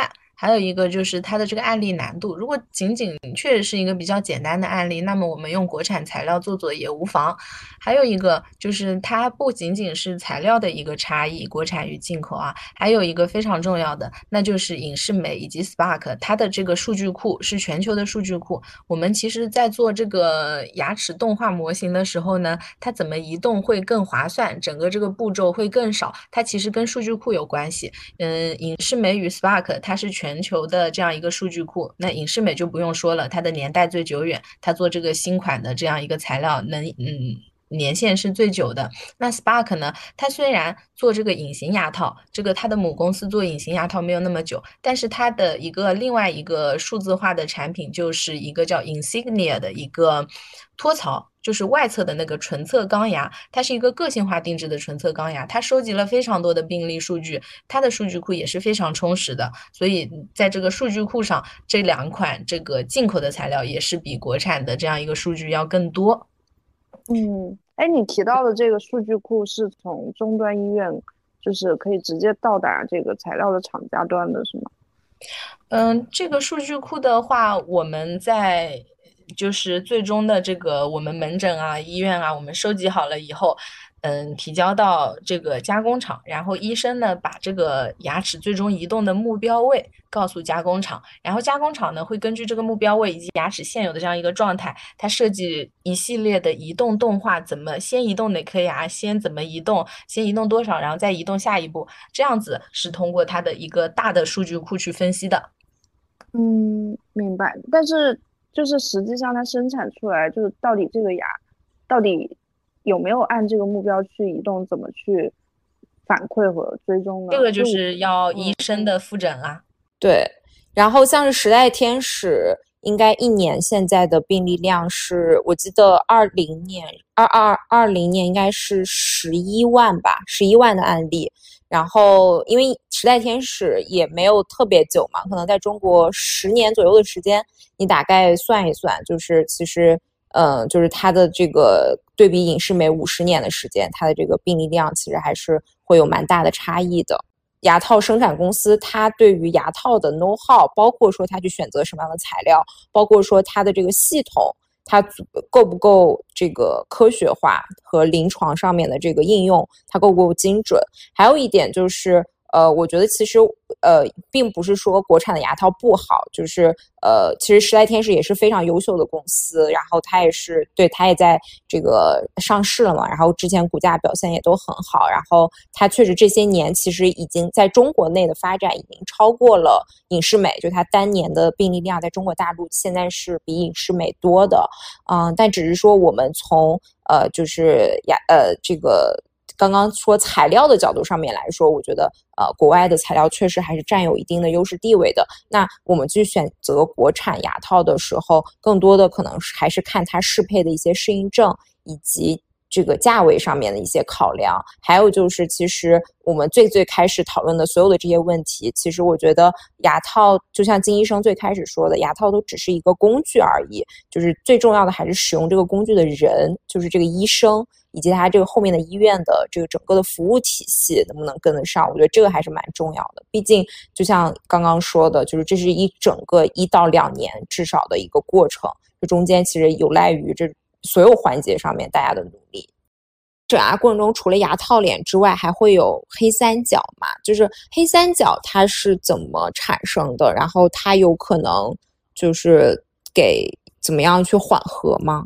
还有一个就是它的这个案例难度。如果仅仅确实是一个比较简单的案例，那么我们用国产材料做做也无妨。还有一个就是它不仅仅是材料的一个差异，国产与进口啊，还有一个非常重要的，那就是影视美以及 Spark 它的这个数据库是全球的数据库。我们其实在做这个牙齿动画模型的时候呢，它怎么移动会更划算，整个这个步骤会更少，它其实跟数据库有关系。嗯，影视美与 Spark 它是全球的这样一个数据库，那影视美就不用说了，它的年代最久远，它做这个新款的这样一个材料能嗯。年限是最久的。那 Spark 呢，它虽然做这个隐形牙套，这个它的母公司做隐形牙套没有那么久，但是它的一个另外一个数字化的产品就是一个叫 Insignia 的一个托槽，就是外侧的那个唇侧钢牙，它是一个个性化定制的唇侧钢牙，它收集了非常多的病例数据，它的数据库也是非常充实的，所以在这个数据库上，这两款这个进口的材料也是比国产的这样一个数据要更多。 嗯，哎，你提到的这个数据库是从终端医院，就是可以直接到达这个材料的厂家端的，是吗？ 嗯，这个数据库的话，我们在就是最终的这个我们门诊啊、医院啊，我们收集好了以后，嗯，提交到这个加工厂，然后医生呢把这个牙齿最终移动的目标位告诉加工厂，然后加工厂呢会根据这个目标位以及牙齿现有的这样一个状态，它设计一系列的移动动画，怎么先移动哪颗牙，先怎么移动，先移动多少，然后再移动下一步，这样子是通过它的一个大的数据库去分析的。 嗯，明白。但是就是实际上它生产出来，就是到底这个牙到底有没有按这个目标去移动，怎么去反馈和追踪呢？ 这个就是要医生的复诊啦。 对，然后像是时代天使，应该一年现在的病例量是，我记得二零年、二二二零年应该是十一万吧，十一万的案例。然后因为时代天使也没有特别久嘛，可能在中国十年左右的时间，你大概算一算，就是其实，嗯，就是它的这个对比影视美五十年的时间，它的这个病例量其实还是会有蛮大的差异的。牙套生产公司它对于牙套的 know how， 包括说它去选择什么样的材料，包括说它的这个系统它够不够这个科学化和临床上面的这个应用它够不够精准。还有一点就是呃，我觉得其实呃，并不是说国产的牙套不好，就是呃，其实时代天使也是非常优秀的公司，然后它也是对它也在这个上市了嘛，然后之前股价表现也都很好，然后它确实这些年其实已经在中国内的发展已经超过了影视美，就它单年的病例量在中国大陆现在是比影视美多的，嗯、呃，但只是说我们从呃就是牙呃这个。刚刚说材料的角度上面来说，我觉得呃国外的材料确实还是占有一定的优势地位的。那我们去选择国产牙套的时候，更多的可能是还是看它适配的一些适应症以及这个价位上面的一些考量。还有就是其实我们最最开始讨论的所有的这些问题，其实我觉得牙套就像金医生最开始说的，牙套都只是一个工具而已，就是最重要的还是使用这个工具的人，就是这个医生以及他这个后面的医院的这个整个的服务体系能不能跟得上，我觉得这个还是蛮重要的。毕竟就像刚刚说的，就是这是一整个一到两年至少的一个过程，这中间其实有赖于这所有环节上面大家的努力。整牙过程中除了牙套脸之外，还会有黑三角嘛，就是黑三角它是怎么产生的，然后它有可能就是给怎么样去缓和吗？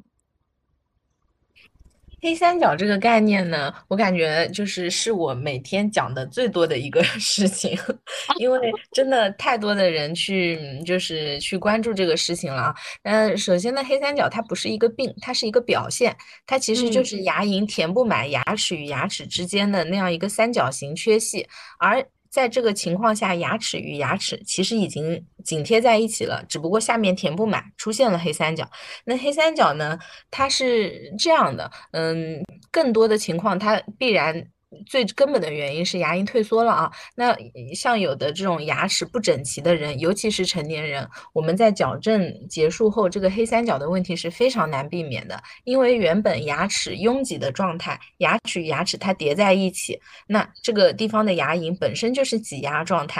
黑三角这个概念呢，我感觉就是是我每天讲的最多的一个事情，因为真的太多的人去就是去关注这个事情了啊。嗯，首先呢，黑三角它不是一个病，它是一个表现，它其实就是牙龈填不满牙齿与牙齿之间的那样一个三角形缺隙，而在这个情况下，牙齿与牙齿其实已经紧贴在一起了，只不过下面填不满，出现了黑三角。那黑三角呢，它是这样的，嗯，更多的情况它必然最根本的原因是牙龈退缩了啊。那像有的这种牙齿不整齐的人，尤其是成年人，我们在矫正结束后，这个黑三角的问题是非常难避免的，因为原本牙齿拥挤的状态，牙齿与牙齿它叠在一起，那这个地方的牙龈本身就是挤压状态。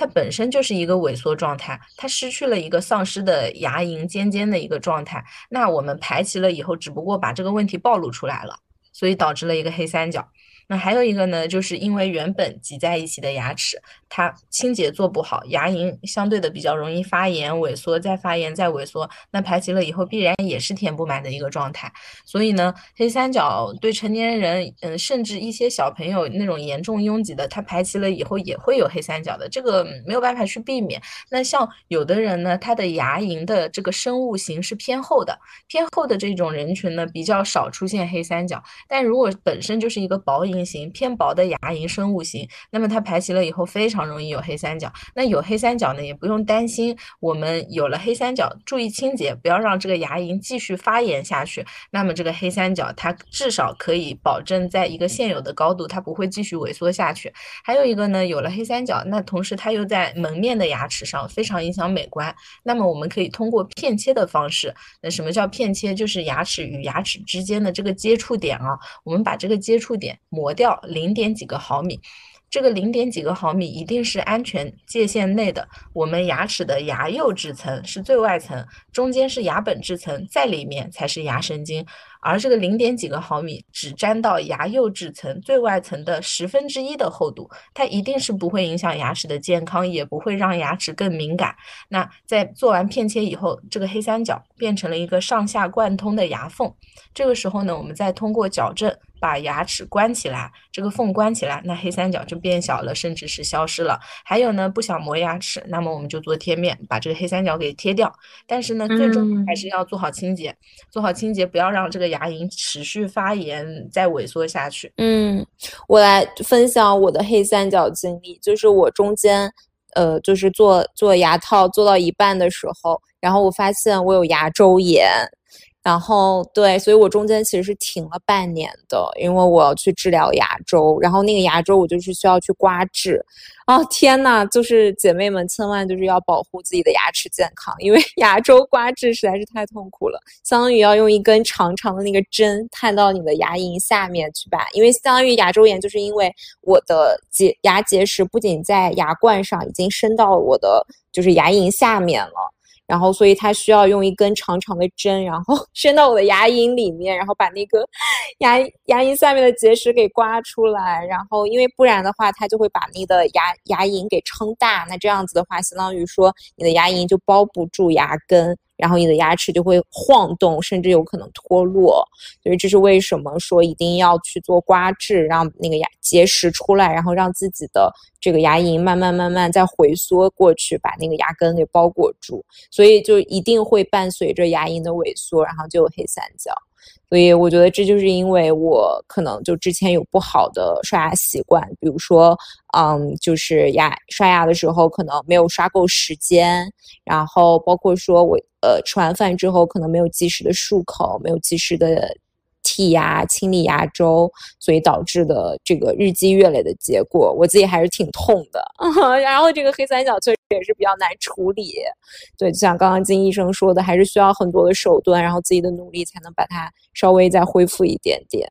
它本身就是一个萎缩状态，它失去了一个丧失的牙龈尖尖的一个状态。那我们排齐了以后，只不过把这个问题暴露出来了，所以导致了一个黑三角。那还有一个呢，就是因为原本挤在一起的牙齿，它清洁做不好，牙龈相对的比较容易发炎、萎缩，再发炎、再萎缩，那排齐了以后必然也是填不满的一个状态。所以呢，黑三角对成年人，嗯，甚至一些小朋友那种严重拥挤的，它排齐了以后也会有黑三角的，这个没有办法去避免。那像有的人呢，他的牙龈的这个生物型是偏厚的，偏厚的这种人群呢，比较少出现黑三角。但如果本身就是一个薄龈型、偏薄的牙龈生物型，那么它排齐了以后非常容易有黑三角。那有黑三角呢，也不用担心，我们有了黑三角，注意清洁，不要让这个牙龈继续发炎下去。那么这个黑三角它至少可以保证在一个现有的高度，它不会继续萎缩下去。还有一个呢，有了黑三角，那同时它又在门面的牙齿上非常影响美观。那么我们可以通过片切的方式，那什么叫片切？就是牙齿与牙齿之间的这个接触点啊，我们把这个接触点磨掉零点几个毫米。这个零点几个毫米一定是安全界限内的。我们牙齿的牙釉质层是最外层，中间是牙本质层，在里面才是牙神经。而这个零点几个毫米只沾到牙釉质层最外层的十分之一的厚度，它一定是不会影响牙齿的健康，也不会让牙齿更敏感。那在做完片切以后，这个黑三角变成了一个上下贯通的牙缝。这个时候呢，我们再通过矫正把牙齿关起来，这个缝关起来，那黑三角就变小了，甚至是消失了。还有呢，不想磨牙齿，那么我们就做贴面，把这个黑三角给贴掉。但是呢，最终还是要做好清洁，嗯、做好清洁，不要让这个牙龈持续发炎再萎缩下去。 嗯，我来分享我的黑三角经历，就是我中间呃，就是做做牙套做到一半的时候，然后我发现我有牙周炎。然后对，所以我中间其实是停了半年的，因为我要去治疗牙周，然后那个牙周我就是需要去刮治。哦天呐，就是姐妹们千万就是要保护自己的牙齿健康，因为牙周刮治实在是太痛苦了，相当于要用一根长长的那个针探到你的牙龈下面去拔，因为相当于牙周炎就是因为我的结牙结石不仅在牙冠上，已经伸到我的就是牙龈下面了。然后所以它需要用一根长长的针，然后伸到我的牙龈里面，然后把那个牙牙龈下面的结石给刮出来，然后因为不然的话它就会把你的牙牙龈给撑大，那这样子的话相当于说你的牙龈就包不住牙根，然后你的牙齿就会晃动，甚至有可能脱落。所以这是为什么说一定要去做刮治，让那个牙结石出来，然后让自己的这个牙龈慢慢慢慢再回缩过去，把那个牙根给包裹住。所以就一定会伴随着牙龈的萎缩，然后就有黑三角。所以我觉得这就是因为我可能就之前有不好的刷牙习惯，比如说嗯，就是牙刷牙的时候可能没有刷够时间，然后包括说我呃吃完饭之后可能没有及时的漱口，没有及时的剔牙清理牙周，所以导致的这个日积月累的结果，我自己还是挺痛的。然后这个黑三角确实也是比较难处理，对，就像刚刚金医生说的，还是需要很多的手段，然后自己的努力才能把它稍微再恢复一点点。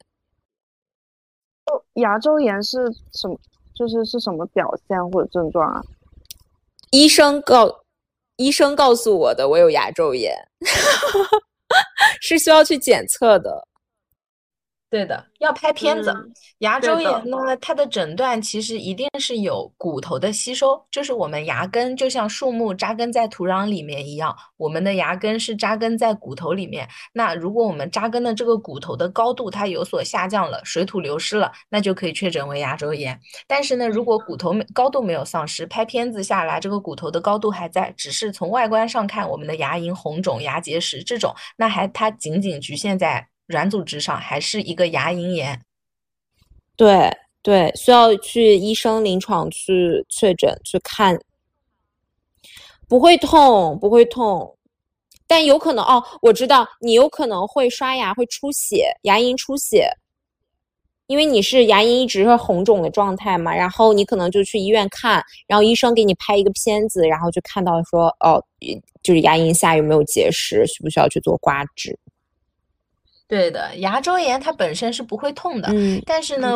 牙周炎是什么？就是是什么表现或者症状啊？ 医生告医生告诉我的，我有牙周炎，是需要去检测的。 对的，要拍片子。 嗯牙周炎呢，它的诊断其实一定是有骨头的吸收，就是我们牙根就像树木扎根在土壤里面一样，我们的牙根是扎根在骨头里面。那如果我们扎根的这个骨头的高度它有所下降了，水土流失了，那就可以确诊为牙周炎。但是呢，如果骨头高度没有丧失，拍片子下来这个骨头的高度还在，只是从外观上看我们的牙龈红肿、牙结石这种，那还它仅仅局限在软组织上，还是一个牙龈炎。 对对，需要去医生临床去确诊去看。不会痛，不会痛，但有可能哦，我知道你有可能会刷牙会出血，牙龈出血，因为你是牙龈一直是红肿的状态嘛，然后你可能就去医院看，然后医生给你拍一个片子，然后就看到说哦，就是牙龈下有没有结石，需不需要去做刮治。 对的，牙周炎它本身是不会痛的， 嗯， 但是呢， 嗯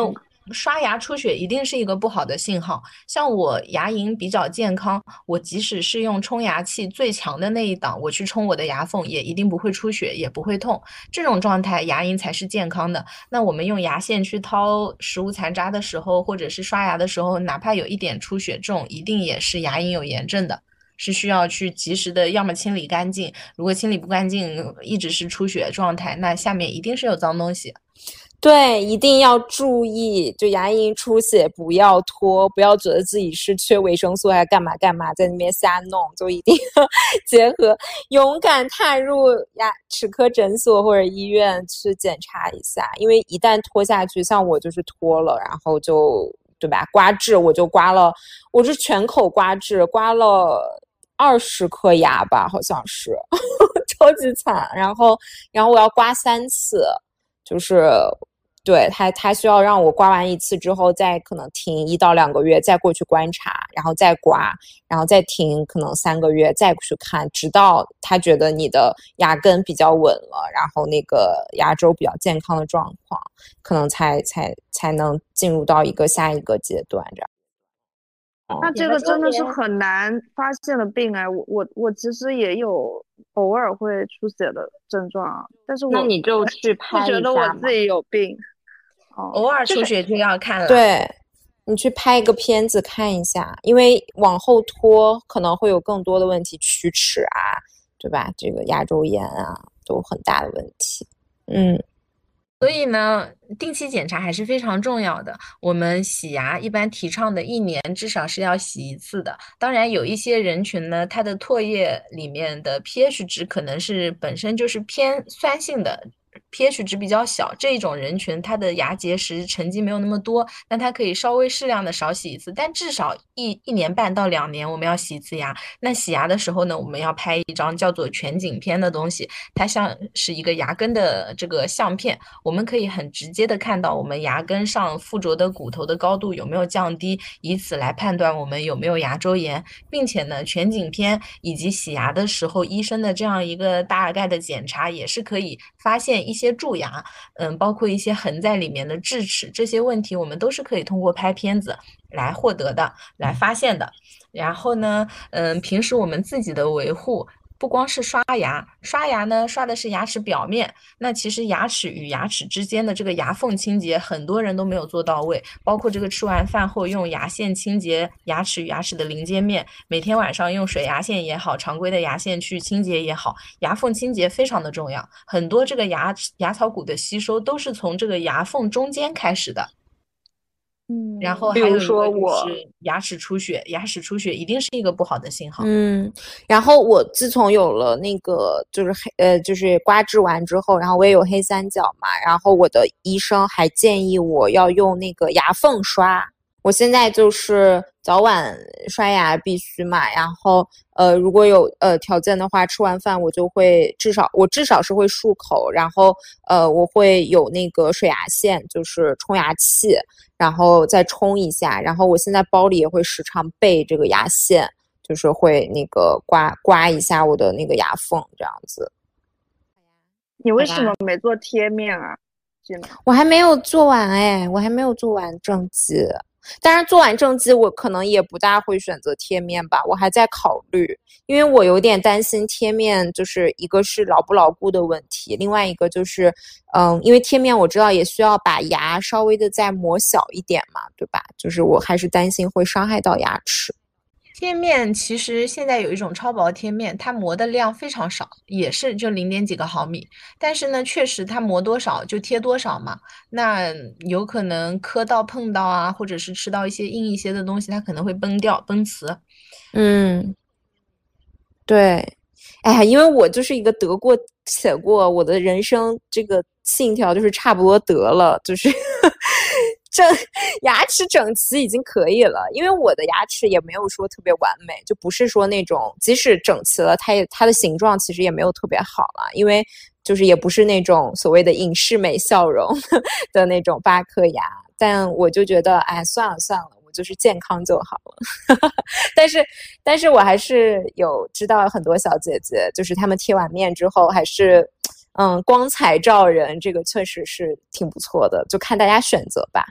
刷牙出血一定是一个不好的信号。像我牙龈比较健康，我即使是用冲牙器最强的那一档，我去冲我的牙缝，也一定不会出血，也不会痛。这种状态牙龈才是健康的。那我们用牙线去掏食物残渣的时候，或者是刷牙的时候，哪怕有一点出血，这种一定也是牙龈有炎症的。是需要去及时的，要么清理干净，如果清理不干净，一直是出血状态，那下面一定是有脏东西。 对，一定要注意，就牙龈出血不要拖，不要觉得自己是缺维生素还干嘛干嘛，在那边瞎弄，就一定要结合，勇敢踏入牙齿科诊所或者医院去检查一下，因为一旦拖下去，像我就是拖了，然后就对吧，刮治我就刮了，我是全口刮治，刮了二十颗牙吧，好像是超级惨，然后然后我要刮三次，就是对他他需要让我刮完一次之后再可能停一到两个月，再过去观察，然后再刮，然后再停可能三个月再去看，直到他觉得你的牙根比较稳了，然后那个牙周比较健康的状况，可能才才才能进入到一个下一个阶段这样。 那这个真的是很难发现的病哎，我我我其实也有偶尔会出血的症状，但是我那你就去拍一下嘛， 不觉得我自己有病。 哦，偶尔出血就要看了。 对，你去拍一个片子看一下，因为往后拖可能会有更多的问题，龋齿啊，对吧？这个牙周炎啊，都很大的问题。嗯。 所以呢，定期检查还是非常重要的。我们洗牙一般提倡的一年至少是要洗一次的。当然，有一些人群呢，他的唾液里面的 pH 值可能是本身就是偏酸性的。pH 值比较小，这一种人群他的牙结石沉积没有那么多，那他可以稍微适量的少洗一次，但至少一一年半到两年我们要洗一次牙。那洗牙的时候呢，我们要拍一张叫做全景片的东西，它像是一个牙根的这个相片，我们可以很直接的看到我们牙根上附着的骨头的高度有没有降低，以此来判断我们有没有牙周炎，并且呢，全景片以及洗牙的时候医生的这样一个大概的检查，也是可以发现一些蛀牙，嗯，包括一些横在里面的智齿，这些问题我们都是可以通过拍片子来获得的，来发现的。然后呢，嗯，平时我们自己的维护，不光是刷牙，刷牙呢刷的是牙齿表面，那其实牙齿与牙齿之间的这个牙缝清洁，很多人都没有做到位，包括这个吃完饭后用牙线清洁牙齿与牙齿的邻接面，每天晚上用水牙线也好，常规的牙线去清洁也好，牙缝清洁非常的重要。很多这个牙牙槽骨的吸收都是从这个牙缝中间开始的。 嗯， 然后还有一个就是牙齿出血，牙齿出血一定是一个不好的信号。 嗯，然后我自从有了那个就是黑呃就是刮治完之后，然后我也有黑三角嘛，然后我的医生还建议我要用那个牙缝刷。我现在就是早晚刷牙必须嘛，然后呃如果有呃条件的话，吃完饭我就会至少我至少是会漱口，然后呃我会有那个水牙线，就是冲牙器，然后再冲一下，然后我现在包里也会时常备这个牙线，就是会那个刮刮一下我的那个牙缝这样子。 你为什么没做贴面啊？ 我还没有做完哎，我还没有做完正畸。当然做完正畸我可能也不大会选择贴面吧，我还在考虑，因为我有点担心贴面，就是一个是牢不牢固的问题，另外一个就是嗯，因为贴面我知道也需要把牙稍微的再磨小一点嘛，对吧？就是我还是担心会伤害到牙齿。 贴面其实现在有一种超薄贴面，它磨的量非常少，也是就零点几个毫米，但是呢确实它磨多少就贴多少嘛，那有可能磕到碰到啊，或者是吃到一些硬一些的东西，它可能会崩掉崩瓷。 嗯，对，哎呀，因为我就是一个得过且过，我的人生这个信条就是差不多得了，就是正牙齿整齐已经可以了，因为我的牙齿也没有说特别完美，就不是说那种即使整齐了，它也它的形状其实也没有特别好了，因为就是也不是那种所谓的影视美笑容的那种八颗牙，但我就觉得哎算了算了，我就是健康就好了。但是但是我还是有知道很多小姐姐，就是她们贴完面之后还是嗯光彩照人，这个确实是挺不错的，就看大家选择吧。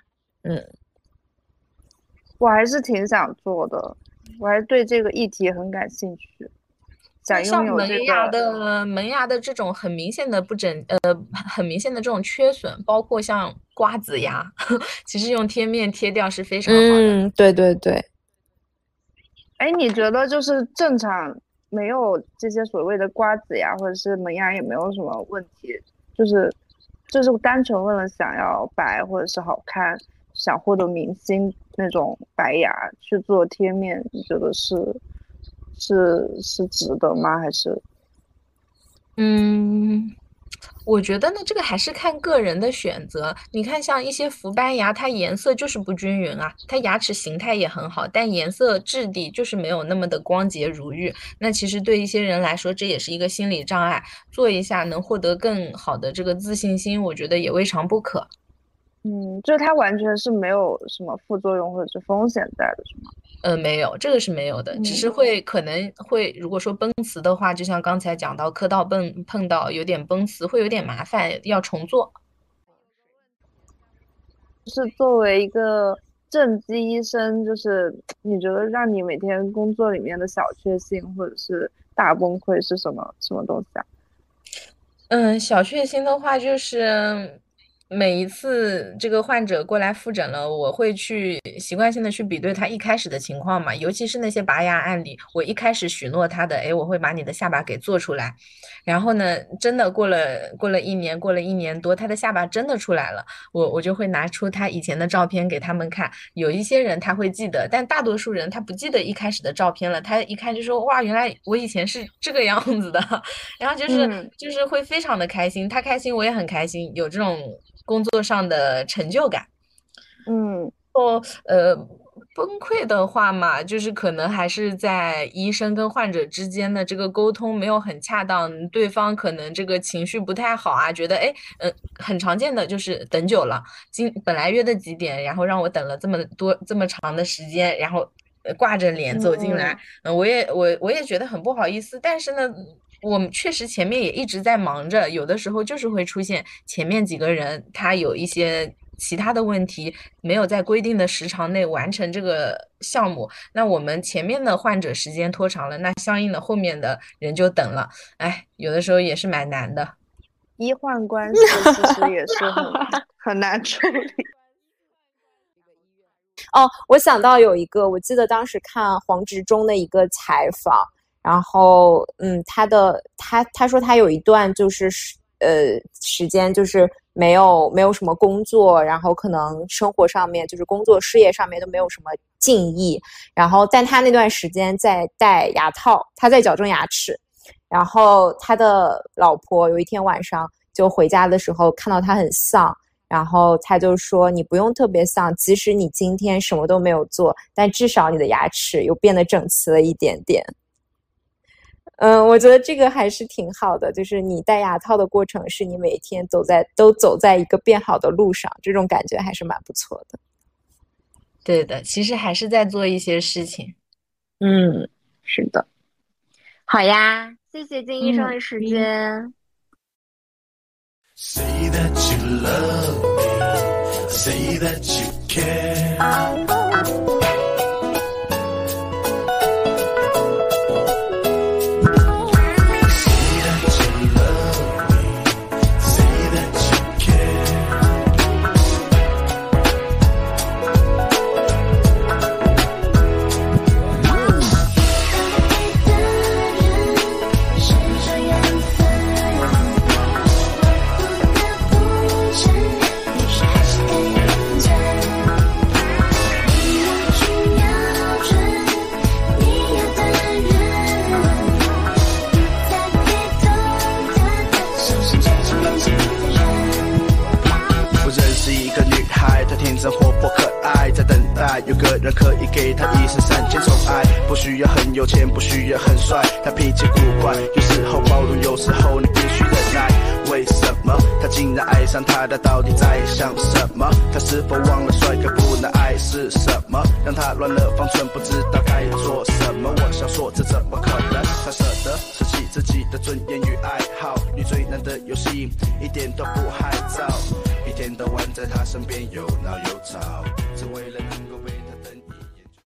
嗯， 我还是挺想做的，我还对这个议题很感兴趣，想拥像有这门牙个。 的门牙的这种很明显的不整，呃，很明显的这种缺损，包括像瓜子牙，其实用贴面贴掉是非常好的。 嗯，对对对。 哎，你觉得就是正常没有这些所谓的瓜子牙或者是门牙也没有什么问题，就是就是单纯为了想要白或者是好看，想获得明星那种白牙去做贴面，你觉得是是是值得吗？还是？ 嗯，我觉得呢，这个还是看个人的选择。你看，像一些氟斑牙，它颜色就是不均匀啊，它牙齿形态也很好，但颜色质地就是没有那么的光洁如玉。那其实对一些人来说，这也是一个心理障碍，做一下能获得更好的这个自信心，我觉得也未尝不可。 嗯，就是它完全是没有什么副作用或者是风险在的，是吗？ 呃，没有，这个是没有的，只是会可能会，如果说崩瓷的话，就像刚才讲到，磕到碰碰到有点崩瓷，会有点麻烦，要重做。 是作为一个正畸医生，就是你觉得让你每天工作里面的小确幸或者是大崩溃是什么什么东西啊？ 嗯，小确幸的话就是每一次这个患者过来复诊了，我会去习惯性的去比对他一开始的情况嘛，尤其是那些拔牙案例，我一开始许诺他的，诶，我会把你的下巴给做出来。然后呢，真的过了过了一年，过了一年多，他的下巴真的出来了，我我就会拿出他以前的照片给他们看。有一些人他会记得，但大多数人他不记得一开始的照片了，他一看就说哇，原来我以前是这个样子的，然后就是、 嗯、 就是会非常的开心，他开心我也很开心，有这种工作上的成就感。 嗯， 哦，呃，崩溃的话嘛，就是可能还是在医生跟患者之间的这个沟通没有很恰当，对方可能这个情绪不太好啊，觉得哎，嗯、呃，很常见的就是等久了，今本来约的几点，然后让我等了这么多这么长的时间，然后挂着脸走进来，嗯、呃，我也我我也觉得很不好意思，但是呢。我们确实前面也一直在忙着，有的时候就是会出现前面几个人他有一些其他的问题，没有在规定的时长内完成这个项目，那我们前面的患者时间拖长了，那相应的后面的人就等了，哎，有的时候也是蛮难的。 医患关系其实也是很很难处理。 哦，我想到有一个，我记得当时看黄执中的一个采访。然后，嗯，他的他他说他有一段就是呃时间就是没有没有什么工作，然后可能生活上面就是工作事业上面都没有什么敬意，然后但他那段时间在戴牙套，他在矫正牙齿，然后他的老婆有一天晚上就回家的时候看到他很丧，然后他就说你不用特别丧，即使你今天什么都没有做，但至少你的牙齿又变得整齐了一点点。嗯，我觉得这个还是挺好的，就是你戴牙套的过程是你每天走在都走在一个变好的路上，这种感觉还是蛮不错的。 对的，其实还是在做一些事情。 嗯，是的。 好呀，谢谢金医生的时间。 嗯 Say that you love me, say that you care.爱，有个人可以给他一生三千宠爱，不需要很有钱，不需要很帅，他脾气古怪，有时候包容，有时候你必须忍耐。为什么他竟然爱上他？他到底在想什么？他是否忘了帅哥不能爱是什么？让他乱了方寸，不知道该做什么。我想说，这怎么可能？他舍得舍弃自己的尊严与爱好，你最难的游戏一点都不害臊。比天到晚在他身边有闹有吵，只为了能